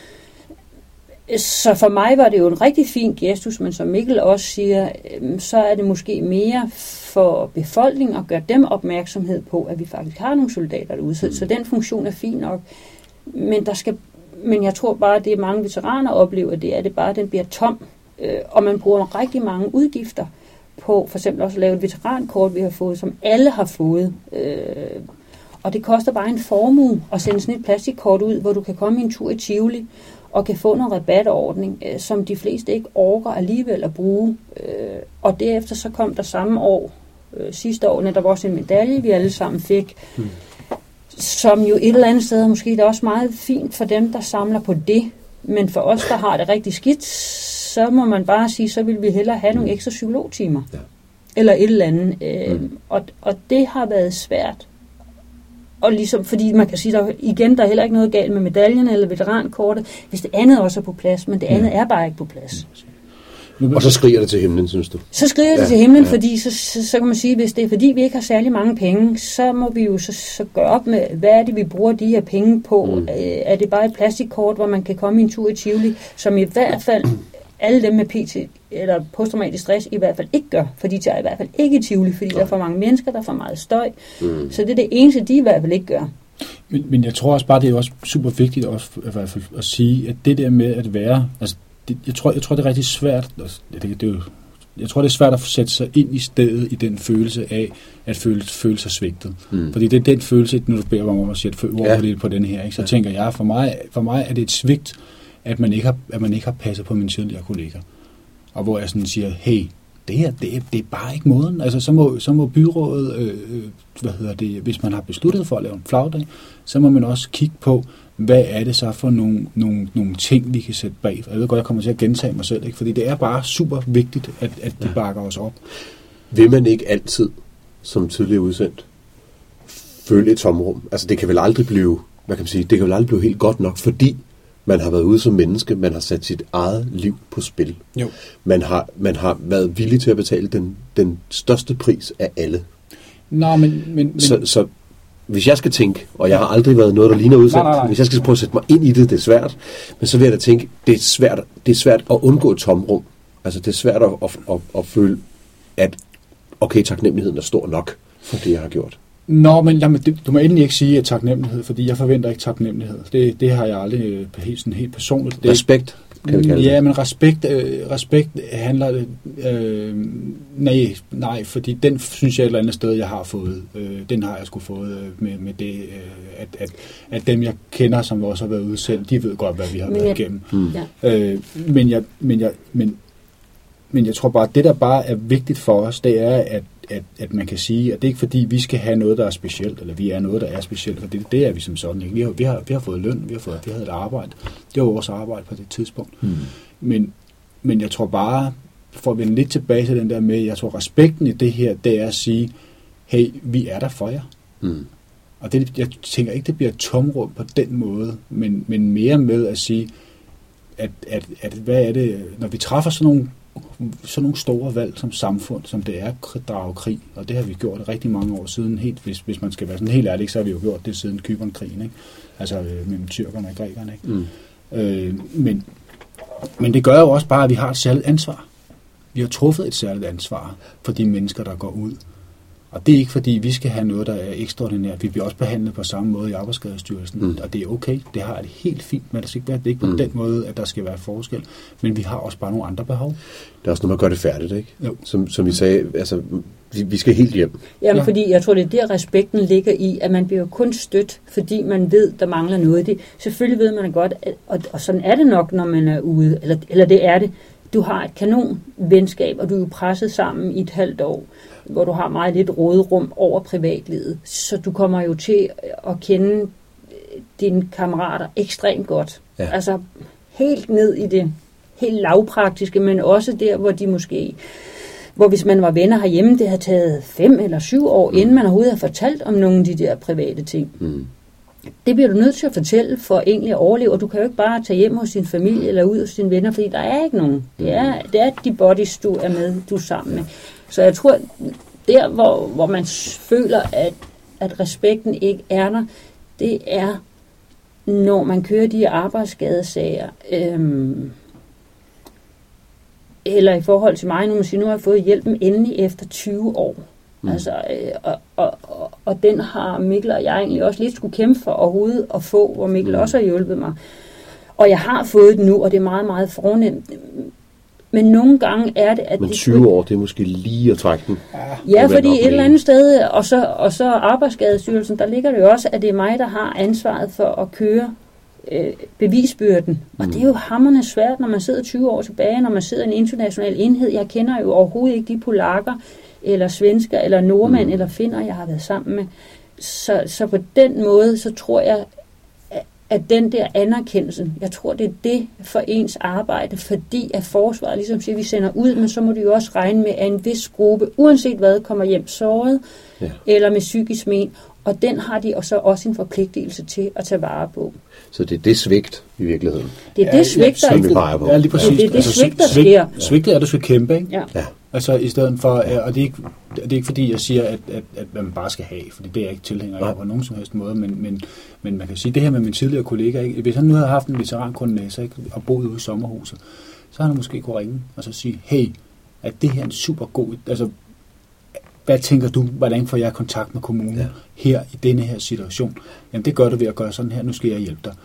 Så for mig var det jo en rigtig fin gestus, men som Mikkel også siger, så er det måske mere for befolkningen at gøre dem opmærksomhed på, at vi faktisk har nogle soldater derude. Så den funktion er fin nok. Men jeg tror bare, at det mange veteraner oplever, det er det bare, at den bliver tom. Og man bruger rigtig mange udgifter på for eksempel også at lave et veterankort, vi har fået, som alle har fået. Og det koster bare en formue at sende sådan et plastikkort ud, hvor du kan komme en tur i Tivoli og kan få noget rabatordning, som de fleste ikke orker alligevel at bruge. Og derefter så kom der samme år, sidste år, der var også en medalje, vi alle sammen fik, som jo et eller andet sted måske det er også meget fint for dem, der samler på det. Men for os, der har det rigtig skidt, så må man bare sige, så vil vi hellere have nogle ekstra psykologtimer. Ja. Eller et eller andet. Og det har været svært. Og ligesom, fordi man kan sige, der er heller ikke noget galt med medaljerne eller veterankortet, hvis det andet også er på plads, men det andet er bare ikke på plads. Og så skriger det til himlen, synes du? Så skriger det til himlen, fordi så kan man sige, hvis det er fordi, vi ikke har særlig mange penge, så må vi jo så gøre op med, hvad er det, vi bruger de her penge på? Er det bare et plastikkort, hvor man kan komme en tur i Tivoli, som i hvert fald alle dem med PT eller posttraumatisk stress i hvert fald ikke gør, for de tager i hvert fald ikke i Tivoli, fordi der er for mange mennesker, der er for meget støj. Så det er det eneste, de i hvert fald ikke gør. Men jeg tror også bare, det er også super vigtigt også, i hvert fald at sige, at det der med at være, altså jeg tror det er rigtig svært, jeg tror det er svært at sætte sig ind i stedet i den følelse af at føle sig svigtet. Fordi det er den følelse, når du beder mig om at sætte ord på den her, ikke? Så tænker jeg, for mig er det et svigt, at man ikke har passet på mine tidligere kolleger. Og hvor jeg sådan siger, hey, det her, det er bare ikke måden. Altså, så må byrådet, hvis man har besluttet for at lave en flagdag, så må man også kigge på, hvad er det så for nogle ting, vi kan sætte bag. Jeg ved godt, jeg kommer til at gentage mig selv, ikke? Fordi det er bare super vigtigt, at de bakker os op. Vil man ikke altid, som tidligere udsendt, føle et tomrum? Altså, det kan vel aldrig blive, helt godt nok, fordi man har været ude som menneske, man har sat sit eget liv på spil. Jo. Man har været villig til at betale den største pris af alle. Nå, men Så hvis jeg skal tænke, og jeg har aldrig været noget, der ligner udsendt, hvis jeg skal prøve at sætte mig ind i det, det er svært, men så vil jeg da tænke, det er svært at undgå et tomrum. Altså det er svært at føle, at okay, taknemmeligheden er stor nok for det, jeg har gjort. Nå, men du må endelig ikke sige taknemmelighed, fordi jeg forventer ikke taknemmelighed. Det har jeg aldrig helt personligt. Respekt, kan vi kalde det. Ja, men respekt handler... Nej, fordi den synes jeg et eller andet sted, jeg har fået. Den har jeg sgu fået med det, at dem, jeg kender, som også har været udsendt, de ved godt, hvad vi har været igennem. Men jeg tror bare, at det, der bare er vigtigt for os, det er, at man kan sige, at det er ikke fordi, vi skal have noget, der er specielt, eller vi er noget, der er specielt, for det er vi som sådan ikke. Vi har fået løn, vi havde et arbejde. Det var vores arbejde på det tidspunkt. Men jeg tror bare, for at vende lidt tilbage til den der med, jeg tror respekten i det her, det er at sige, hey, vi er der for jer. Og det, jeg tænker ikke, det bliver et tomrum på den måde, men mere med at sige, at hvad er det, når vi træffer sådan nogle store valg som samfund, som det er at drage krig, og det har vi gjort rigtig mange år siden, helt, hvis man skal være sådan helt ærlig, så har vi jo gjort det siden Cypernkrigen, ikke? Altså mellem tyrkerne og grækerne, ikke? Men det gør jo også bare, at vi har et særligt ansvar. Vi har truffet et særligt ansvar for de mennesker, der går ud. Og det er ikke fordi, vi skal have noget, der er ekstraordinært. Vi bliver også behandlet på samme måde i Arbejdsskadestyrelsen, og det er okay. Det har det helt fint, men det skal ikke være det er ikke på den måde, at der skal være forskel. Men vi har også bare nogle andre behov. Det er også noget, man gør det færdigt, ikke? Som vi sagde, altså, vi skal helt hjem. Jamen, fordi jeg tror, det er der, respekten ligger i, at man bliver jo kun stødt, fordi man ved, der mangler noget. Det, selvfølgelig ved man godt, og sådan er det nok, når man er ude, eller det er det. Du har et kanon venskab, og du er jo presset sammen i et halvt år, hvor du har meget lidt råderum over privatlivet. Så du kommer jo til at kende dine kammerater ekstremt godt. Ja. Altså helt ned i det helt lavpraktiske, men også der, hvor de måske... Hvor hvis man var venner herhjemme, det har taget 5 eller 7 år, inden man overhovedet har fortalt om nogle af de der private ting. Det bliver du nødt til at fortælle for egentlig at overleve, og du kan jo ikke bare tage hjem hos din familie eller ud hos dine venner, fordi der er ikke nogen. Det er de buddies, du er med, du er sammen med. Så jeg tror, der hvor man føler, at respekten ikke er der, det er, når man kører de arbejdsskadesager, eller i forhold til mig, nu har jeg fået hjælpen endelig efter 20 år. Altså, og den har Mikkel og jeg egentlig også lidt skulle kæmpe for overhovedet at få, hvor Mikkel også har hjulpet mig. Og jeg har fået den nu, og det er meget, meget fornemt. Men nogle gange er det, at... Men 20 år, det er måske lige at trække den. Ja, fordi et eller andet sted, og så Arbejdsskadestyrelsen, der ligger det jo også, at det er mig, der har ansvaret for at køre bevisbyrden. Og det er jo hamrende svært, når man sidder 20 år tilbage, når man sidder i en international enhed. Jeg kender jo overhovedet ikke de polakker, eller svensker, eller nordmænd, eller finner, jeg har været sammen med. Så på den måde, så tror jeg, at den der anerkendelse, jeg tror, det er det for ens arbejde, fordi at forsvaret ligesom siger, at vi sender ud, men så må du jo også regne med, at en vis gruppe, uanset hvad, kommer hjem såret, eller med psykisk men, og den har de også en forpligtelse til at tage vare på. Så det er det svigt i virkeligheden. Det er det svigt, der er. Ja, lige præcis. Det er det svigt, der sker. Svigtet er, at du skal kæmpe, ikke? Ja. Altså i stedet for, og det er ikke fordi, jeg siger, at man bare skal have, fordi det er jeg ikke tilhænger af på nogen som helst måde, men man kan sige, det her med min tidligere kollega, ikke? Hvis han nu havde haft en veterankoordinator, ikke, og boet ude i sommerhuset, så havde han måske kunne ringe og så sige, hey, at det her er en super god, altså hvad tænker du, hvordan får jeg kontakt med kommunen her i denne her situation? Jamen det gør du ved at gøre sådan her, nu skal jeg hjælpe dig.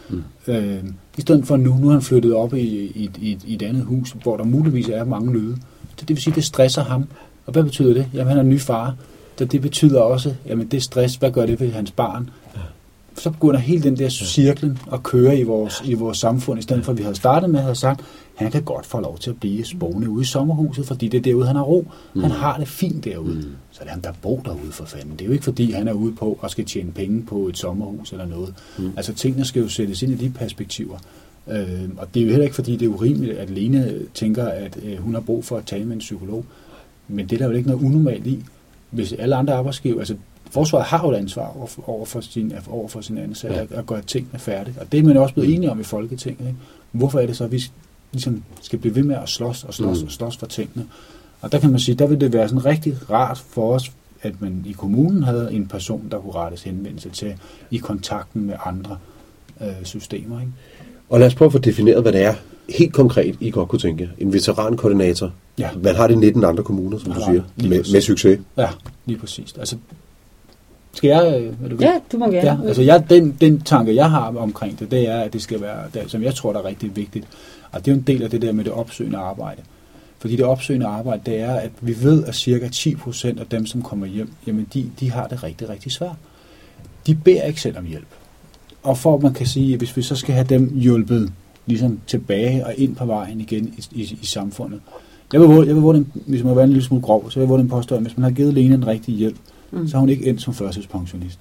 I stedet for nu er han flyttet op i et andet hus, hvor der muligvis er mange nøde. Det vil sige, det stresser ham. Og hvad betyder det? Jamen han er en ny far. Det betyder også, jamen det stress, hvad gør det ved hans barn? Så begynder hele den der cirklen at køre i vores samfund, i stedet for at vi havde startet med at have sagt, han kan godt få lov til at blive boende ude i sommerhuset, fordi det er derude, han har ro. Han har det fint derude. Så det er ham, der bor derude for fanden. Det er jo ikke fordi, han er ude på og skal tjene penge på et sommerhus eller noget. Altså tingene skal jo sættes ind i de perspektiver. Og det er jo heller ikke fordi, det er urimeligt, at Lene tænker, at hun har brug for at tale med en psykolog. Men det er der vel ikke noget unormalt i. Hvis alle andre arbejdsgiver, altså forsvaret har jo et ansvar over for sin ansatte at gøre tingene færdigt. Og det er man også blevet enige om i Folketinget. Ikke? Hvorfor er det så, at vi ligesom skal blive ved med at slås for tingene? Og der kan man sige, der vil det være sådan rigtig rart for os, at man i kommunen havde en person, der kunne rettes henvendelse til i kontakten med andre systemer. Ikke? Og lad os prøve at få defineret, hvad det er helt konkret, I godt kunne tænke. En veterankoordinator. Ja. Man har det i 19 andre kommuner, som du siger, med succes. Ja, lige præcis. Altså, Skal jeg? Ja, du må gerne. Ja, altså den tanke, jeg har omkring det er, at det skal være, det, som jeg tror, der er rigtig vigtigt. Og det er jo en del af det der med det opsøgende arbejde. Fordi det opsøgende arbejde, det er, at vi ved, at cirka 10% af dem, som kommer hjem, jamen de har det rigtig, rigtig svært. De beder ikke selv om hjælp. Og for at man kan sige, at hvis vi så skal have dem hjulpet ligesom tilbage og ind på vejen igen i samfundet. Jeg vil våge den, hvis man vil være en lille smule grov, så vil jeg våge den påstå, at hvis man har givet Lene en rigtig hjælp, så har hun ikke endt som førtidspensionist.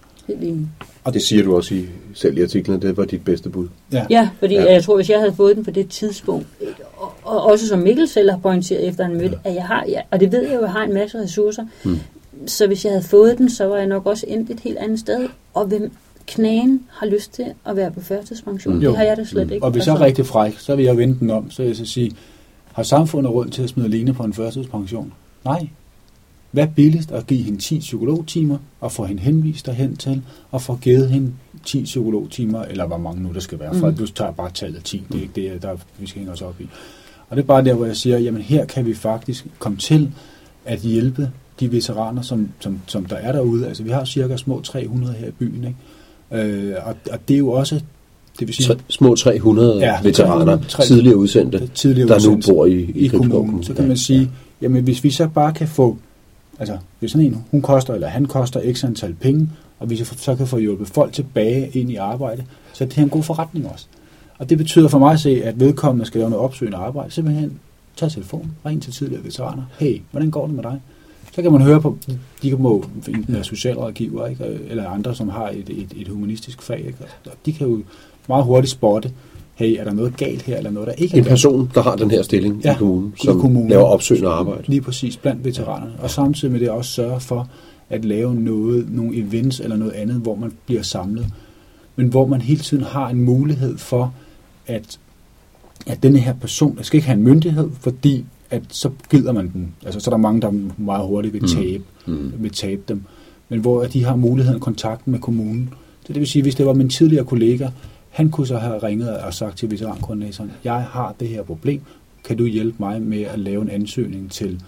Og det siger du også selv i artiklen, det var dit bedste bud. Ja, fordi jeg tror, hvis jeg havde fået den på det tidspunkt, og også som Mikkel selv har pointeret efter en møde, at jeg har, og det ved jeg jo, at jeg har en masse ressourcer, så hvis jeg havde fået den, så var jeg nok også endt et helt andet sted, og hvem knagen har lyst til at være på førtidspension. Det har jeg da slet ikke. Og hvis jeg er rigtig fræk, så vil jeg vende den om, så vil jeg så sige, har samfundet råd til at smide Lene på en førtidspension? Nej. Hvad er billigst at give hende 10 psykologtimer, og få hende henvist derhen til, og få givet hende 10 psykologtimer, eller hvor mange nu der skal være, for du tager bare tallet 10, det er ikke det, der vi skal hænge os op i. Og det er bare der, hvor jeg siger, jamen her kan vi faktisk komme til at hjælpe de veteraner, som der er derude. Altså vi har cirka små 300 her i byen, ikke? Og det er jo også, det vil sige, små 300 veteraner, tidligere udsendte, der nu bor i kommunen. Så kan man sige, jamen hvis vi så bare kan få, altså hvis sådan en, hun koster, eller han koster x antal penge, og vi så kan få hjulpet folk tilbage ind i arbejde, så det er en god forretning også. Og det betyder for mig at se, at vedkommende skal lave noget opsøgende arbejde, simpelthen tage telefonen, ring til tidligere veteraner, hey, hvordan går det med dig? Så kan man høre på, de må være socialrådgiver, ikke? Eller andre, som har et humanistisk fag, ikke? De kan jo meget hurtigt spotte, hey, er der noget galt her, eller noget, der ikke er en person, der har den her stilling i kommunen, som laver opsøgende arbejde. Lige præcis, blandt veteranerne. Og samtidig med det også sørge for at lave nogle events eller noget andet, hvor man bliver samlet. Men hvor man hele tiden har en mulighed for, at denne her person, der skal ikke have en myndighed, fordi at så gider man den. Altså, så er der mange, der meget hurtigt vil tabe dem. Men hvor de har muligheden kontakten med kommunen. Så det vil sige, hvis det var min tidligere kollega, han kunne så have ringet og sagt til veterankoordinatoren, jeg har det her problem, kan du hjælpe mig med at lave en ansøgning til,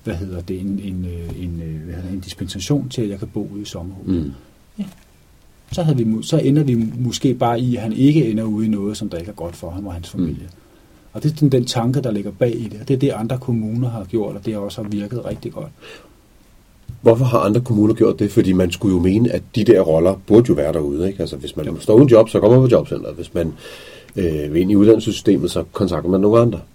en dispensation til, at jeg kan bo ude i sommerhuset. Ja. Så ender vi måske bare i, at han ikke ender ude i noget, som der ikke er godt for ham og hans familie. Og det er den tanke, der ligger bag i det. Og det er det, andre kommuner har gjort, og det har også virket rigtig godt. Hvorfor har andre kommuner gjort det? Fordi man skulle jo mene, at de der roller burde jo være derude, ikke? Altså, hvis man står uden job, så kommer man på jobcenteret. Hvis man vil ind i uddannelsessystemet, så kontakter man nogle andre.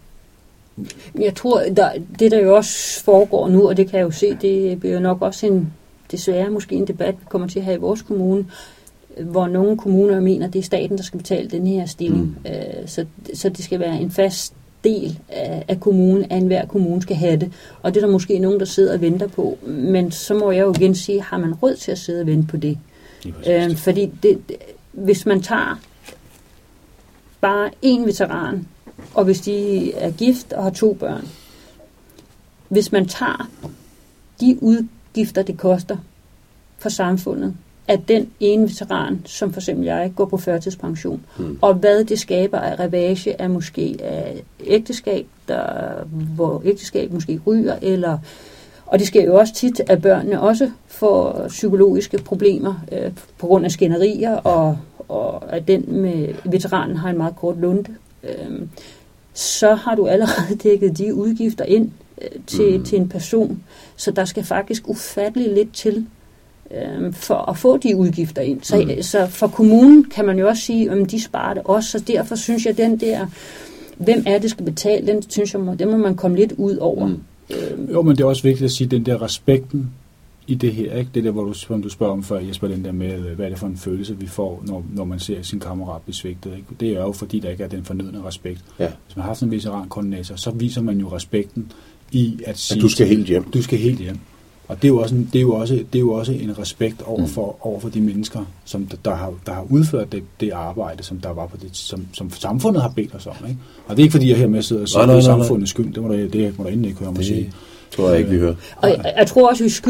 Jeg tror, det der jo også foregår nu, og det kan jeg jo se, det bliver jo nok også desværre måske en debat, vi kommer til at have i vores kommune, hvor nogle kommuner mener, at det er staten, der skal betale den her stilling. Så det skal være en fast del af kommunen, af enhver kommune skal have det. Og det er der måske nogen, der sidder og venter på. Men så må jeg jo igen sige, har man råd til at sidde og vente på det? Fordi hvis man tager bare én veteran, og hvis de er gift og har 2 børn, hvis man tager de udgifter, det koster for samfundet, at den ene veteran, som for eksempel jeg, går på førtidspension, og hvad det skaber af ravage af måske af ægteskab, hvor ægteskab måske ryger, og det sker jo også tit, at børnene også får psykologiske problemer på grund af skænderier, og at den med veteranen har en meget kort lunte, så har du allerede dækket de udgifter ind til en person, så der skal faktisk ufatteligt lidt til, for at få de udgifter ind. Så for kommunen kan man jo også sige, at de sparer det også, så derfor synes jeg, den der, hvem er det skal betale, den synes jeg, den må man komme lidt ud over. Jo, men det er også vigtigt at sige, den der respekten i det her, ikke? Det der, hvor du spørger om før, Jesper, den der med, hvad er det for en følelse, vi får, når man ser sin kammerat blive svigtet, ikke? Det er jo, fordi der ikke er den fornødne respekt. Ja. Hvis man har sådan en veterankoordinator, så viser man jo respekten i at sige, at du skal helt hjem. Du skal helt hjem. Og det er jo også en respekt over for de mennesker, som der har udført det arbejde, som der var på det, som samfundet har bedt os om, ikke? Og det er ikke fordi jeg hermed sidder og siger, det er samfundets skyld. Det må der endelig ikke høre mig sige. Tror jeg ikke, vi hører. Og jeg tror også, vi skylder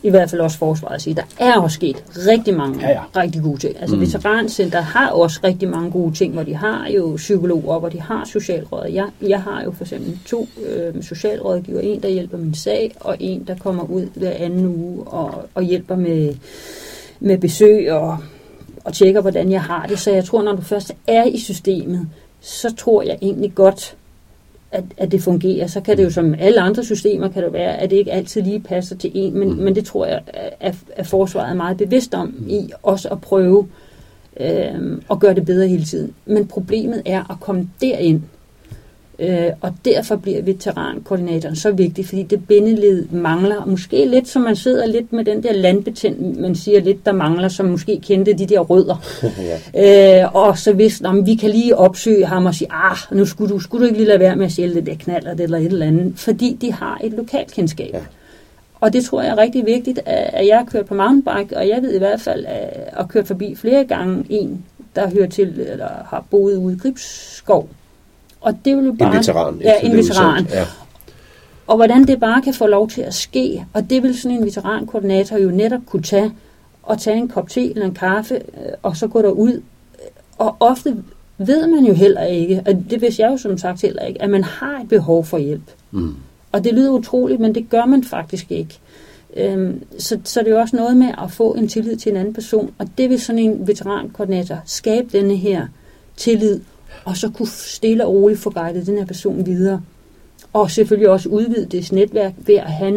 i hvert fald også forsvaret sige, der er også sket rigtig mange rigtig gode ting. Altså Veterancenter har også rigtig mange gode ting, hvor de har jo psykologer, hvor de har socialrådgiver. Jeg har jo for eksempel 2 socialrådgiver, en der hjælper min sag, og en der kommer ud hver anden uge og hjælper med besøg og tjekker, hvordan jeg har det. Så jeg tror, når du først er i systemet, så tror jeg egentlig godt, at det fungerer. Så kan det jo som alle andre systemer, kan det være, at det ikke altid lige passer til en, men det tror jeg, at forsvaret er meget bevidst om, i også at prøve at gøre det bedre hele tiden. Men problemet er at komme derind, og derfor bliver veterankoordinatoren så vigtig, fordi det bindeled mangler, måske lidt, som man sidder lidt med den der landbetjent, man siger lidt, der mangler, som måske kendte de der rødder. Og så hvis vi kan lige opsøge ham og sige, nu skulle du ikke lige lade være med at sælge det der knaller eller et eller andet, fordi de har et lokalkendskab. Ja. Og det tror jeg er rigtig vigtigt, at jeg har kørt på mountainbike, og jeg ved i hvert fald, at jeg har kørt forbi flere gange en, der hører til, eller har boet ude i Gribskov. Og det vil jo bare... En veteran. En veteran. Ja. Og hvordan det bare kan få lov til at ske, og det vil sådan en veterankoordinator jo netop kunne tage en kop te eller en kaffe, og så gå derud. Og ofte ved man jo heller ikke, og det vidste jeg jo som sagt heller ikke, at man har et behov for hjælp. Og det lyder utroligt, men det gør man faktisk ikke. Så det er jo også noget med at få en tillid til en anden person, og det vil sådan en veterankoordinator skabe denne her tillid, og så kunne stille og roligt få guidet den her person videre. Og selvfølgelig også udvide det netværk ved at have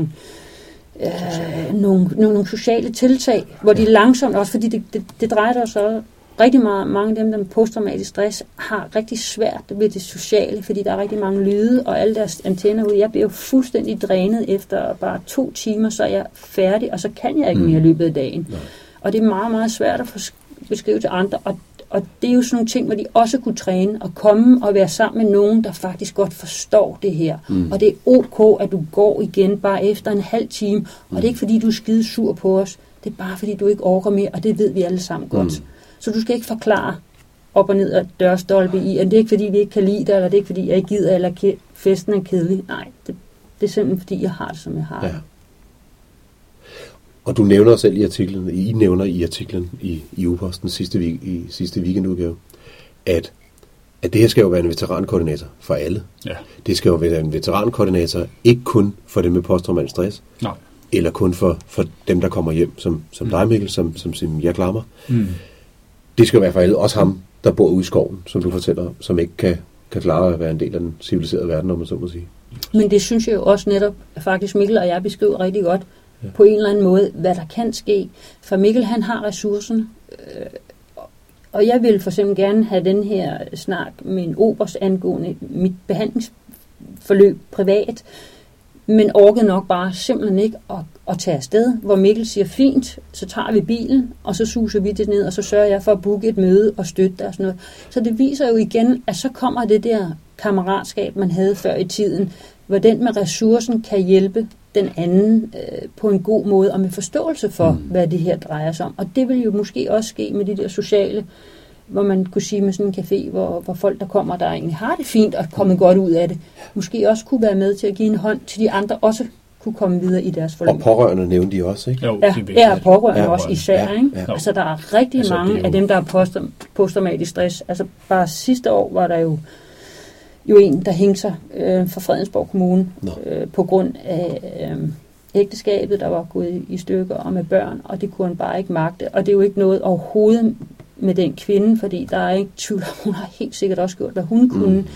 nogle sociale tiltag, hvor de langsomt også, fordi det drejer sig så rigtig meget, mange af dem, der med posttraumatisk stress, har rigtig svært ved det sociale, fordi der er rigtig mange lyde, og alle deres antenner ude. Jeg bliver jo fuldstændig drænet efter bare 2 timer, så er jeg færdig, og så kan jeg ikke mere i løbet af dagen. Og det er meget, meget svært at beskrive til andre, og det er jo sådan nogle ting, hvor de også kunne træne og komme og være sammen med nogen, der faktisk godt forstår det her. Og det er ok, at du går igen bare efter en halv time, og det er ikke fordi, du er skide sur på os. Det er bare fordi, du ikke orker mere, og det ved vi alle sammen godt. Så du skal ikke forklare op og ned af dørstolpe i, at det er ikke fordi, vi ikke kan lide dig, eller det er ikke fordi, jeg ikke gider, eller festen er kedelig. Nej, det er simpelthen fordi, jeg har det, som jeg har det. Ja. Og du nævner selv i artiklen, I nævner i artiklen i Ugeposten sidste weekendudgave, at det her skal jo være en veterankoordinator for alle. Ja. Det skal jo være en veterankoordinator, ikke kun for dem med posttraumatisk stress, eller kun for dem, der kommer hjem, som dig, Mikkel, som jeg klarer mig. Det skal jo være for alle, også ham, der bor ude i skoven, som du fortæller, som ikke kan klare at være en del af den civiliserede verden, om man så må sige. Men det synes jeg jo også netop, faktisk Mikkel og jeg beskriver rigtig godt, på en eller anden måde, hvad der kan ske. For Mikkel, han har ressourcerne, og jeg vil for eksempel gerne have den her snak med en oberst angående mit behandlingsforløb privat, men orkede nok bare simpelthen ikke at tage afsted, hvor Mikkel siger, fint, så tager vi bilen, og så suser vi det ned, og så sørger jeg for at booke et møde og støtte der og sådan noget. Så det viser jo igen, at så kommer det der kammeratskab, man havde før i tiden, hvor den med ressourcen kan hjælpe den anden på en god måde, og med forståelse for, hvad det her drejer sig om. Og det vil jo måske også ske med de der sociale, hvor man kunne sige med sådan en café, hvor folk, der kommer, der egentlig har det fint og kommet godt ud af det, måske også kunne være med til at give en hånd til de andre, også kunne komme videre i deres forløb. Og pårørende nævnte de også, ikke? Jo, ja, pårørende også især, ikke? Ja. Altså, der er rigtig mange af dem, der har posttraumatisk stress. Altså, bare sidste år var der jo en, der hængte sig fra Fredensborg Kommune på grund af ægteskabet, der var gået i stykker, og med børn, og det kunne han bare ikke magte. Og det er jo ikke noget overhovedet med den kvinde, fordi der er ikke tvivl om, hun har helt sikkert også gjort, hvad hun kunne.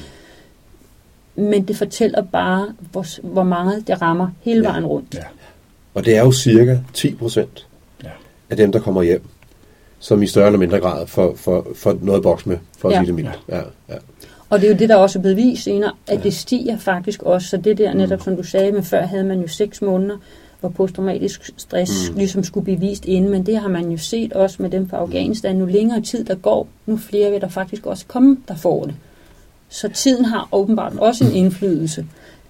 Men det fortæller bare, hvor meget det rammer hele vejen rundt. Ja. Og det er jo cirka 10% af dem, der kommer hjem, som i større eller mindre grad får noget boks med, for at sige det mildt. Ja. Og det er jo det, der også er bevist senere, at det stiger faktisk også. Så det der netop, som du sagde, men før havde man jo 6 måneder, hvor posttraumatisk stress ligesom skulle blive vist inden, men det har man jo set også med dem fra Afghanistan. Nu længere tid der går, nu flere vil der faktisk også komme, der får det. Så tiden har åbenbart også en indflydelse.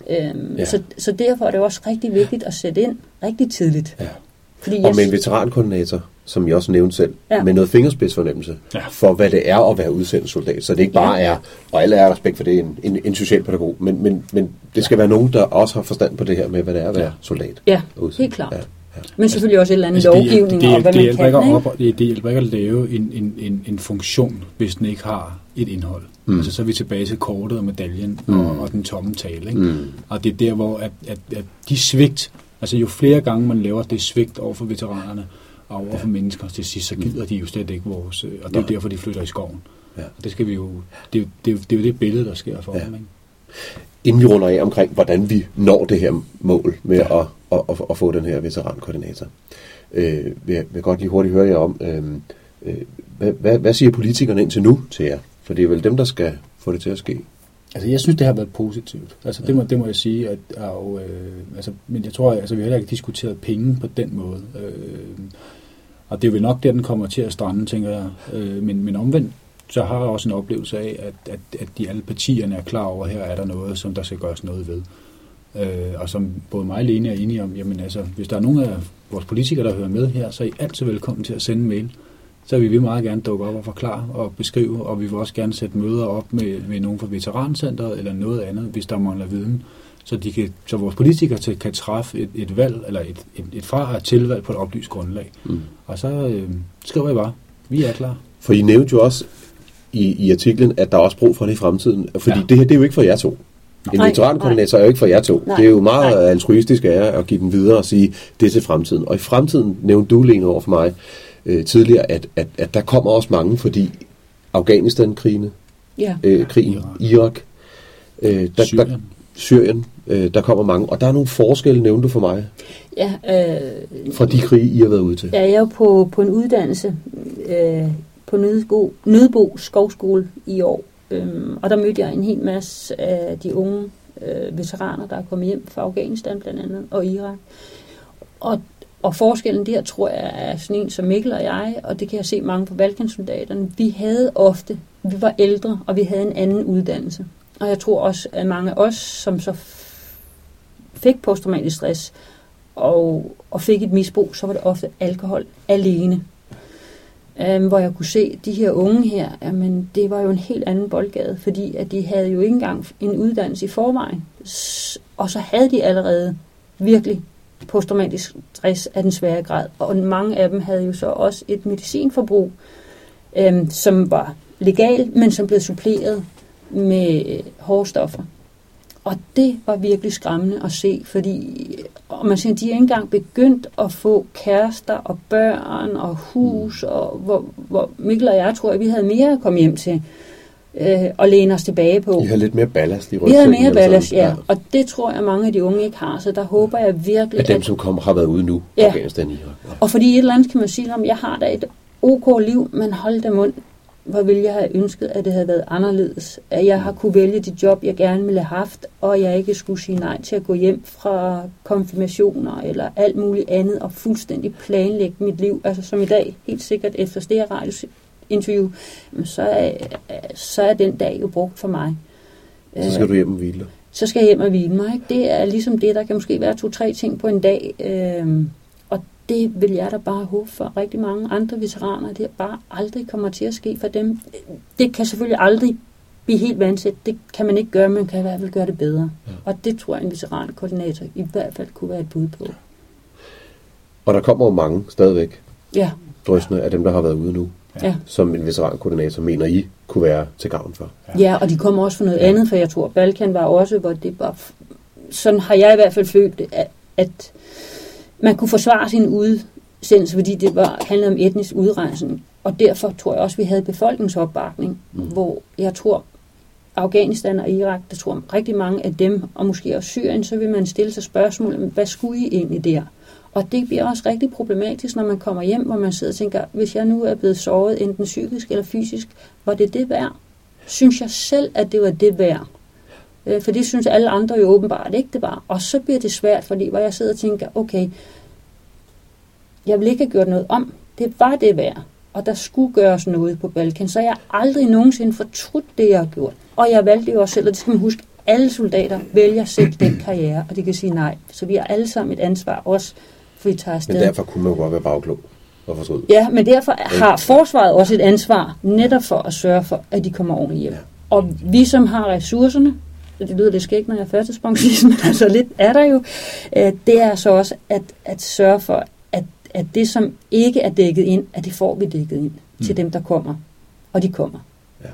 Så derfor er det også rigtig vigtigt at sætte ind rigtig tidligt. Ja. Fordi og med en veterankoordinator, som jeg også nævnte selv, med noget fingerspidsfornemmelse for, hvad det er at være udsendt soldat. Så det ikke bare er, og alle er respekt for det, en socialpædagog, men det skal være nogen, der også har forstand på det her med, hvad det er at være soldat. Ja, helt klart. Men selvfølgelig også et eller andet lovgivning og hvad man kan. Det hjælper ikke at lave en funktion, hvis den ikke har et indhold. Altså så er vi tilbage til kortet og medaljen og den tomme tale. Ikke? Og det er der, hvor at de svigt, altså jo flere gange man laver det svigt over for veteranerne og over for mennesker til sidst, så gider de jo slet ikke vores, og det er jo derfor, de flytter i skoven. Ja. Og det skal vi jo, det er jo det billede, der sker for dem. Ikke? Inden vi runder af omkring, hvordan vi når det her mål med at få den her veterankoordinator, vil jeg godt lige hurtigt høre jer om, hvad siger politikerne indtil nu til jer? For det er vel dem, der skal få det til at ske. Altså, jeg synes, det har været positivt. Altså, det må jeg sige. Men jeg tror, vi har heller ikke diskuteret penge på den måde. Og det er vel nok der, den kommer til at strande, tænker jeg. Men omvendt, så har jeg også en oplevelse af, at alle partierne er klar over, at her er der noget, som der skal gøres noget ved. Og som både mig og Lene er enige om, jamen altså, hvis der er nogen af vores politikere, der hører med her, så er I altid velkommen til at sende en mail. Så vil vi meget gerne dukke op og forklare og beskrive, og vi vil også gerne sætte møder op med nogen fra veterancenteret eller noget andet, hvis der mangler viden, så vores politikere kan træffe et valg, eller et fra- og tilvalg på et oplyst grundlag. Og så skriver jeg bare, vi er klar. For I nævnte jo også i artiklen, at der er også brug for det i fremtiden, fordi det her, det er jo ikke for jer to. En veterankoordinator er jo ikke for jer to. Det er jo meget altruistisk af jer at give den videre og sige, det er til fremtiden. Og i fremtiden nævnte du, Lene, over for mig tidligere, at der kommer også mange, fordi Afghanistan-krigen, krigen, Irak, Syrien, der kommer mange. Og der er nogle forskelle, nævnte du for mig, fra de krige, I har været ude til. Ja, jeg er jo på en uddannelse på Nødebo Skovskole i år. Og der mødte jeg en hel masse af de unge veteraner, der er kommet hjem fra Afghanistan blandt andet, og Irak. Og forskellen der, tror jeg, er sådan en som Mikkel og jeg, og det kan jeg se mange på Balkansoldaterne. Vi var ældre, og vi havde en anden uddannelse. Og jeg tror også, at mange af os, som så fik posttraumatisk stress og fik et misbrug, så var det ofte alkohol alene. Hvor jeg kunne se, de her unge her, jamen det var jo en helt anden boldgade, fordi at de havde jo ikke engang en uddannelse i forvejen. Og så havde de allerede virkelig posttraumatisk stress af den svære grad. Og mange af dem havde jo så også et medicinforbrug, som var legalt, men som blev suppleret med hårde stoffer. Og det var virkelig skræmmende at se, fordi og man siger, de er ikke engang begyndt at få kærester og børn og hus, og hvor Mikkel og jeg tror, at vi havde mere at komme hjem til og læne os tilbage på. I har lidt mere ballast i rygsækken. Vi havde mere ballast, ja. Og det tror jeg, mange af de unge ikke har, så der håber jeg virkelig, at dem, som har været ude nu, Afghanistan, Irak. Ja. Og fordi et eller andet kan man sige, om jeg har da et OK liv, men hold da mund. Hvor ville jeg have ønsket, at det havde været anderledes. At jeg har kunne vælge de job, jeg gerne ville have haft, og jeg ikke skulle sige nej til at gå hjem fra konfirmationer eller alt muligt andet, og fuldstændig planlægge mit liv. Altså som i dag, helt sikkert efter det radiointerview, så er den dag jo brugt for mig. Så skal du hjem og hvile dig. Så skal jeg hjem og hvile mig. Ikke? Det er ligesom det, der kan måske være 2-3 ting på en dag, og det vil jeg da bare håbe for rigtig mange andre veteraner. Det bare aldrig kommer til at ske for dem. Det kan selvfølgelig aldrig blive helt vansæt. Det kan man ikke gøre, men man kan i hvert fald gøre det bedre. Ja. Og det tror jeg, en veterankoordinator i hvert fald kunne være et bud på. Og der kommer jo mange stadigvæk. Ja. Drøsende af dem, der har været ude nu. Ja. Som en veterankoordinator mener I kunne være til gavn for. Ja, og de kommer også for noget andet, for jeg tror, Balkan var også, hvor det var... Sådan har jeg i hvert fald følt, at man kunne forsvare sin udsendelse, fordi det handlede om etnisk udrensning. Og derfor tror jeg også, vi havde befolkningsopbakning, hvor jeg tror, Afghanistan og Irak, der tror rigtig mange af dem, og måske også Syrien, så vil man stille sig spørgsmål, hvad skulle I egentlig der? Og det bliver også rigtig problematisk, når man kommer hjem, hvor man sidder og tænker, hvis jeg nu er blevet såret, enten psykisk eller fysisk, var det værd? Synes jeg selv, at det var det værd? For det synes alle andre jo åbenbart ikke, det var. Og så bliver det svært, fordi hvor jeg sidder og tænker, okay, jeg vil ikke have gjort noget om. Det var det værd. Og der skulle gøres noget på Balkan. Så jeg har aldrig nogensinde fortrudt det, jeg har gjort. Og jeg valgte jo også selv, og det skal man huske, alle soldater vælger selv den karriere, og de kan sige nej. Så vi har alle sammen et ansvar også, for vi tager afsted. Men derfor kunne man jo godt være bagklog og fortryde. Ja, men derfor har forsvaret også et ansvar, netop for at sørge for, at de kommer ordentligt hjem. Ja. Og vi, som har ressourcerne, det lyder lidt skægt, når jeg er førtidspensionist, men altså lidt er der jo, det er så også at sørge for, at det, som ikke er dækket ind, at det får vi dækket ind til dem, der kommer. Og de kommer. Ja.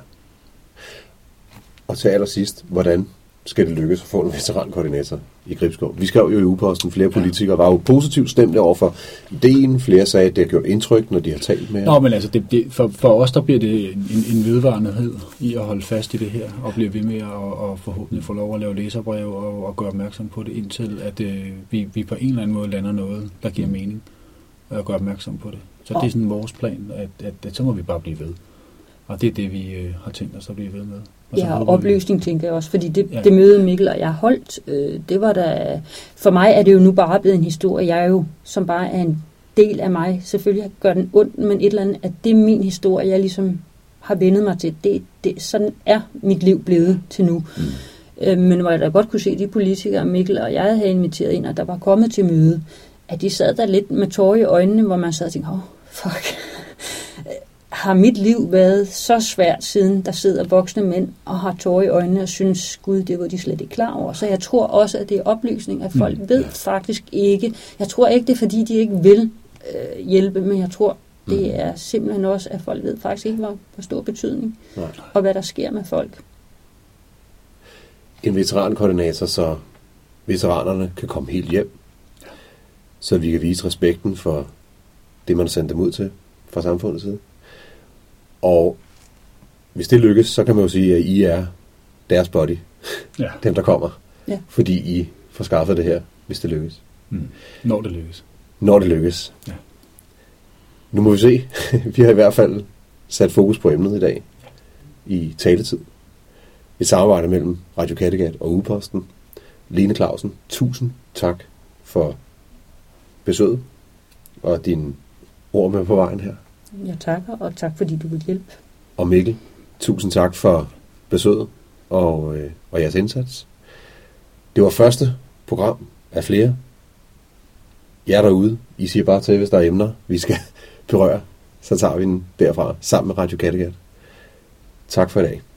Og til allersidst, hvordan skal det lykkes at få en veterankoordinator i Gribskov? Vi skrev jo i Ugeposten, flere politikere var jo positivt stemte over for ideen. Flere sagde, at det har gjort indtryk, når de har talt med. Nå, men altså, for os, der bliver det en vedvarenhed i at holde fast i det her, og blive ved med at forhåbentlig få lov at lave læserbrev og gøre opmærksom på det, indtil at vi på en eller anden måde lander noget, der giver mening, og gøre opmærksom på det. Så det er sådan vores plan, at så må vi bare blive ved. Og det er det, vi har tænkt os at blive ved med. Og opløsning tænker jeg også, fordi det møde Mikkel og jeg holdt, det var da, for mig er det jo nu bare blevet en historie, jeg jo, som bare er en del af mig, selvfølgelig gør den ondt, men et eller andet, at det er min historie, jeg ligesom har vendet mig til, sådan er mit liv blevet til nu. Men hvor jeg da godt kunne se de politikere, Mikkel og jeg havde inviteret ind, og der var kommet til møde, at de sad der lidt med tårer i øjnene, hvor man sad og tænkte, fuck, har mit liv været så svært, siden der sidder voksne mænd og har tårer i øjnene og synes, gud, det var de slet ikke klar over. Så jeg tror også, at det er oplysning, at folk ved faktisk ikke. Jeg tror ikke, det er fordi, de ikke vil hjælpe, men jeg tror, det er simpelthen også, at folk ved faktisk ikke, hvor stor betydning, og hvad der sker med folk. En veterankoordinator, så veteranerne kan komme helt hjem, så vi kan vise respekten for det, man har sendt dem ud til fra samfundets side. Og hvis det lykkes, så kan man jo sige, at I er deres body. Ja. Dem, der kommer. Ja. Fordi I får skaffet det her, hvis det lykkes. Når det lykkes. Når det lykkes. Ja. Nu må vi se. Vi har i hvert fald sat fokus på emnet i dag. I taletid. Et samarbejde mellem Radio Kattegat og Ugeposten. Lene Clausen, tusind tak for besøget. Og dine ord med på vejen her. Jeg takker, og tak fordi du vil hjælpe. Og Mikkel, tusind tak for besøget og jeres indsats. Det var første program af flere. Jeg er derude. I siger bare til, hvis der er emner, vi skal berøre. Så tager vi den derfra sammen med Radio Kattegat. Tak for i dag.